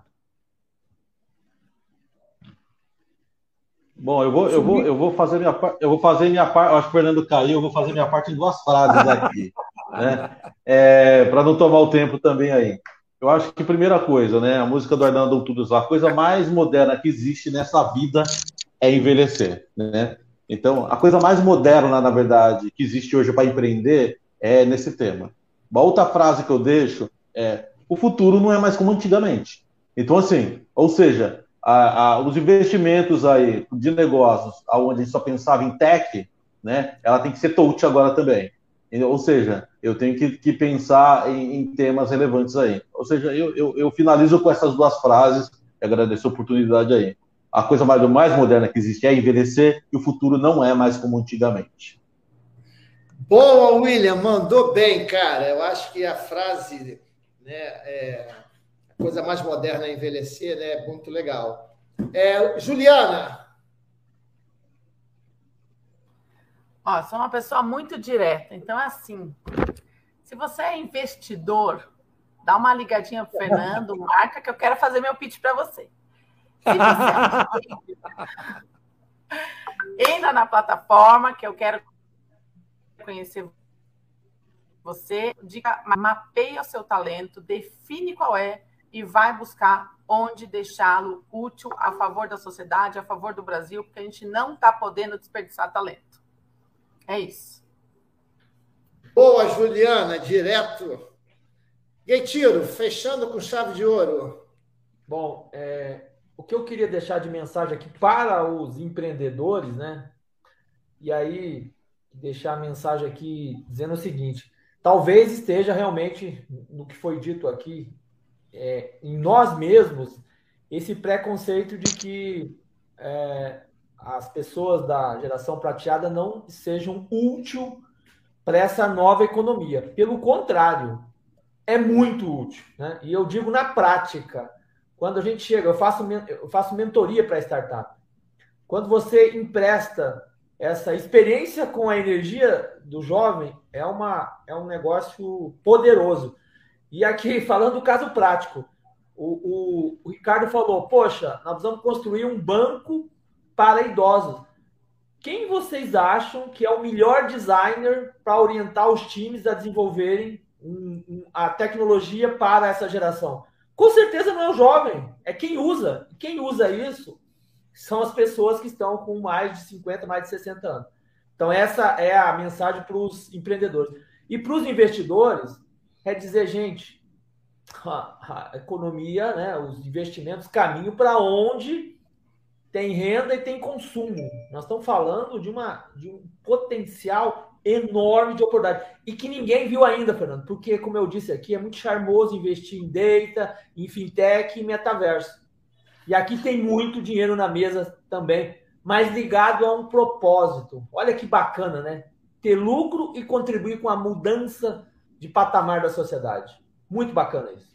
Bom, eu vou, eu vou, eu vou fazer minha parte. Eu vou fazer minha parte. Acho que o Fernando caiu, eu vou fazer minha parte em duas frases aqui, né? É, para não tomar o tempo também aí. Eu acho que, primeira coisa, né? A música do Arnaldo Antunes, a coisa mais moderna que existe nessa vida é envelhecer, né? Então, a coisa mais moderna, na verdade, que existe hoje para empreender é nesse tema. Uma outra frase que eu deixo é: o futuro não é mais como antigamente. Então, assim, ou seja, a, a, os investimentos aí de negócios, onde a gente só pensava em tech, né, ela tem que ser touch agora também. Ou seja, eu tenho que, que pensar em, em temas relevantes aí. Ou seja, eu, eu, eu finalizo com essas duas frases e agradeço a oportunidade aí. A coisa mais, mais moderna que existe é envelhecer e o futuro não é mais como antigamente. Boa, William, mandou bem, cara. Eu acho que a frase, né, é, a coisa mais moderna é envelhecer, né, é muito legal. É, Juliana. Ó, sou uma pessoa muito direta, então é assim, se você é investidor, dá uma ligadinha pro Fernando, marca que eu quero fazer meu pitch para você. Se você entra na plataforma que eu quero conhecer Você diga, mapeia o seu talento, define qual é e vai buscar onde deixá-lo útil a favor da sociedade, a favor do Brasil, porque a gente não está podendo desperdiçar talento. É isso. Boa, Juliana, direto. Gueitiro, fechando com chave de ouro. Bom, é, o que eu queria deixar de mensagem aqui para os empreendedores, né? E aí, deixar a mensagem aqui dizendo o seguinte: talvez esteja realmente no que foi dito aqui, é, em nós mesmos, esse preconceito de que é, as pessoas da geração prateada não sejam úteis para essa nova economia. Pelo contrário, é muito útil, né? E eu digo na prática, quando a gente chega, eu faço, eu faço mentoria para startup. Quando você empresta essa experiência com a energia do jovem, é, uma, é um negócio poderoso. E aqui, falando do caso prático, o, o, o Ricardo falou, poxa, nós vamos construir um banco para idosos. Quem vocês acham que é o melhor designer para orientar os times a desenvolverem um, um, a tecnologia para essa geração? Com certeza não é o jovem, é quem usa. Quem usa isso são as pessoas que estão com mais de cinquenta, mais de sessenta anos. Então, essa é a mensagem para os empreendedores. E para os investidores, é dizer, gente, a, a economia, né, os investimentos caminham para onde tem renda e tem consumo. Nós estamos falando de, uma, de um potencial enorme de oportunidade. E que ninguém viu ainda, Fernando, porque, como eu disse aqui, é muito charmoso investir em data, em fintech e metaverso. E aqui tem muito dinheiro na mesa também, mas ligado a um propósito. Olha que bacana, né? Ter lucro e contribuir com a mudança de patamar da sociedade. Muito bacana isso.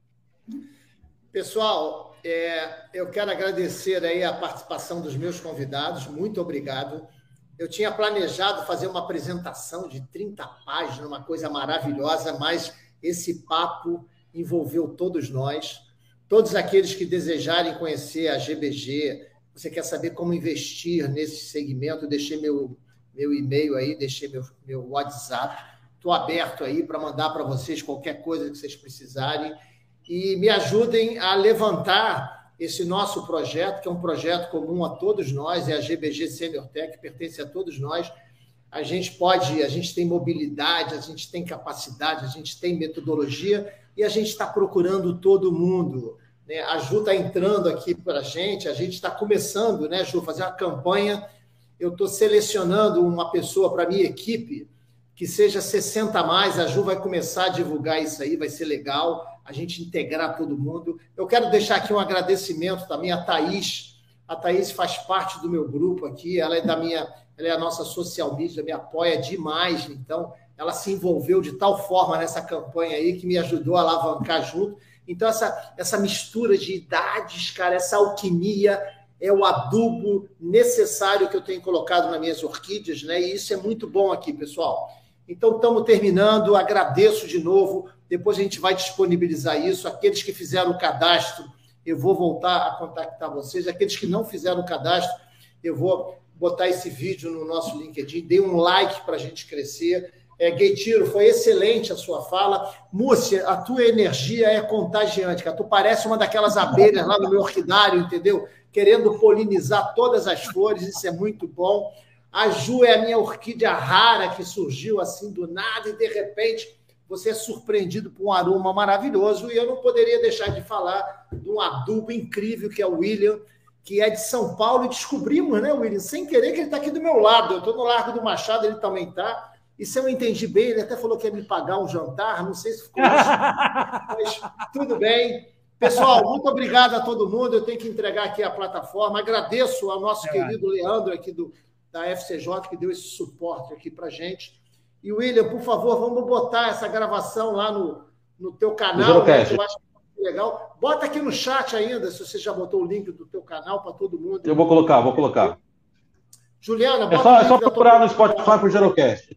Pessoal, é, eu quero agradecer aí a participação dos meus convidados. Muito obrigado. Eu tinha planejado fazer uma apresentação de trinta páginas, uma coisa maravilhosa, mas esse papo envolveu todos nós. Todos aqueles que desejarem conhecer a G B G, você quer saber como investir nesse segmento, eu deixei meu, meu e-mail aí, deixei meu, meu WhatsApp. Estou aberto aí para mandar para vocês qualquer coisa que vocês precisarem. E me ajudem a levantar esse nosso projeto, que é um projeto comum a todos nós, é a G B G Senior Tech, pertence a todos nós. A gente pode, a gente tem mobilidade, a gente tem capacidade, a gente tem metodologia e a gente está procurando todo mundo. Né? A Ju está entrando aqui para a gente, a gente está começando, né, Ju, fazer uma campanha. Eu estou selecionando uma pessoa para a minha equipe que seja sessenta a mais, a Ju vai começar a divulgar isso aí, vai ser legal, a gente integrar todo mundo. Eu quero deixar aqui um agradecimento também à Thaís. A Thaís faz parte do meu grupo aqui, ela é da minha, ela é a nossa social media, me apoia demais, então ela se envolveu de tal forma nessa campanha aí que me ajudou a alavancar junto. Então, essa, essa mistura de idades, cara, essa alquimia é o adubo necessário que eu tenho colocado nas minhas orquídeas, né? E isso é muito bom aqui, pessoal. Então, estamos terminando. Agradeço de novo. Depois a gente vai disponibilizar isso. Aqueles que fizeram o cadastro, eu vou voltar a contactar vocês. Aqueles que não fizeram o cadastro, eu vou botar esse vídeo no nosso LinkedIn. Dê um like para a gente crescer. É, Gueitiro, foi excelente a sua fala. Múcia, a tua energia é contagiante, cara. Tu parece uma daquelas abelhas lá no meu orquidário, entendeu? Querendo polinizar todas as flores, isso é muito bom. A Ju é a minha orquídea rara que surgiu assim do nada e, de repente, você é surpreendido por um aroma maravilhoso. E eu não poderia deixar de falar de um adubo incrível que é o William, que é de São Paulo. E descobrimos, né, William, sem querer, que ele está aqui do meu lado. Eu estou no Largo do Machado, ele também está. E se eu entendi bem, ele até falou que ia me pagar um jantar, não sei se ficou isso, mas tudo bem. Pessoal, muito obrigado a todo mundo. Eu tenho que entregar aqui a plataforma. Agradeço ao nosso é querido Leandro aqui do, da F C J, que deu esse suporte aqui para a gente. E, William, por favor, vamos botar essa gravação lá no, no teu canal, né, que eu acho que é legal. Bota aqui no chat ainda, se você já botou o link do teu canal para todo mundo. Eu vou colocar, vou colocar. Juliana, bota é só, é só procurar no Spotify por Gerocast.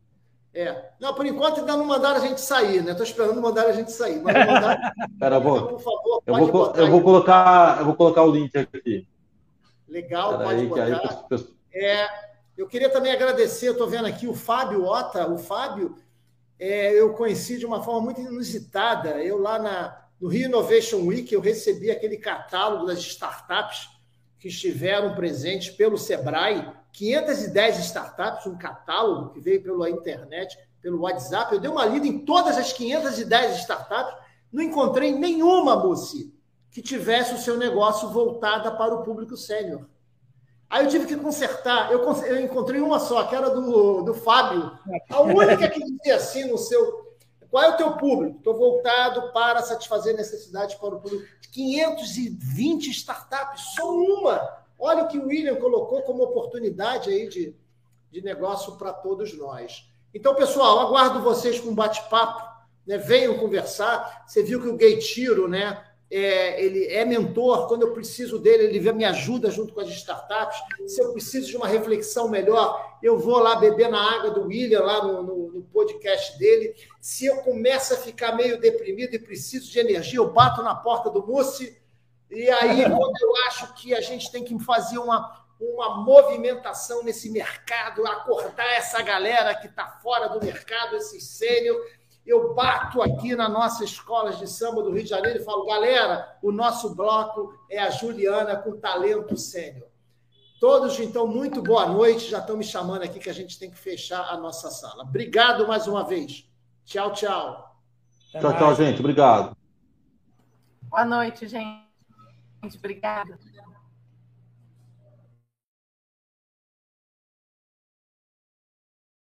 É. Não, por enquanto ainda não mandaram a gente sair, né? Estou esperando mandar a gente sair. Mas não mandaram. Pera, vou, então, por favor, eu pode vou, botar. Eu vou, colocar, eu vou colocar o link aqui. Legal, Pera pode aí, botar. Aí... É, eu queria também agradecer, eu estou vendo aqui o Fábio Ota, o Fábio, é, eu conheci de uma forma muito inusitada. Eu lá na, no Rio Innovation Week, eu recebi aquele catálogo das startups que estiveram presentes pelo Sebrae, quinhentas e dez startups, um catálogo que veio pela internet, pelo WhatsApp. Eu dei uma lida em todas as quinhentas e dez startups, não encontrei nenhuma, Mussi, que tivesse o seu negócio voltada para o público sênior. Aí eu tive que consertar, eu, eu encontrei uma só, que era do, do Fábio, a única que dizia assim no seu... Qual é o teu público? Estou voltado para satisfazer necessidades para o público. quinhentas e vinte startups, só uma. Olha o que o William colocou como oportunidade aí de, de negócio para todos nós. Então, pessoal, aguardo vocês com um bate-papo, né? Venham conversar. Você viu que o Gueitiro, né? É, ele é mentor. Quando eu preciso dele, ele me ajuda junto com as startups. Se eu preciso de uma reflexão melhor, eu vou lá beber na água do William, lá no, no, no podcast dele. Se eu começo a ficar meio deprimido e preciso de energia, eu bato na porta do Mussi. E aí, quando eu acho que a gente tem que fazer uma, uma movimentação nesse mercado, acordar essa galera que está fora do mercado, esses sênior, eu bato aqui na nossa escola de samba do Rio de Janeiro e falo, galera, o nosso bloco é a Juliana com talento sênior. Todos, então, muito boa noite. Já estão me chamando aqui que a gente tem que fechar a nossa sala. Obrigado mais uma vez. Tchau, tchau. Até tchau, mais. Tchau, gente. Obrigado. Boa noite, gente. Obrigada.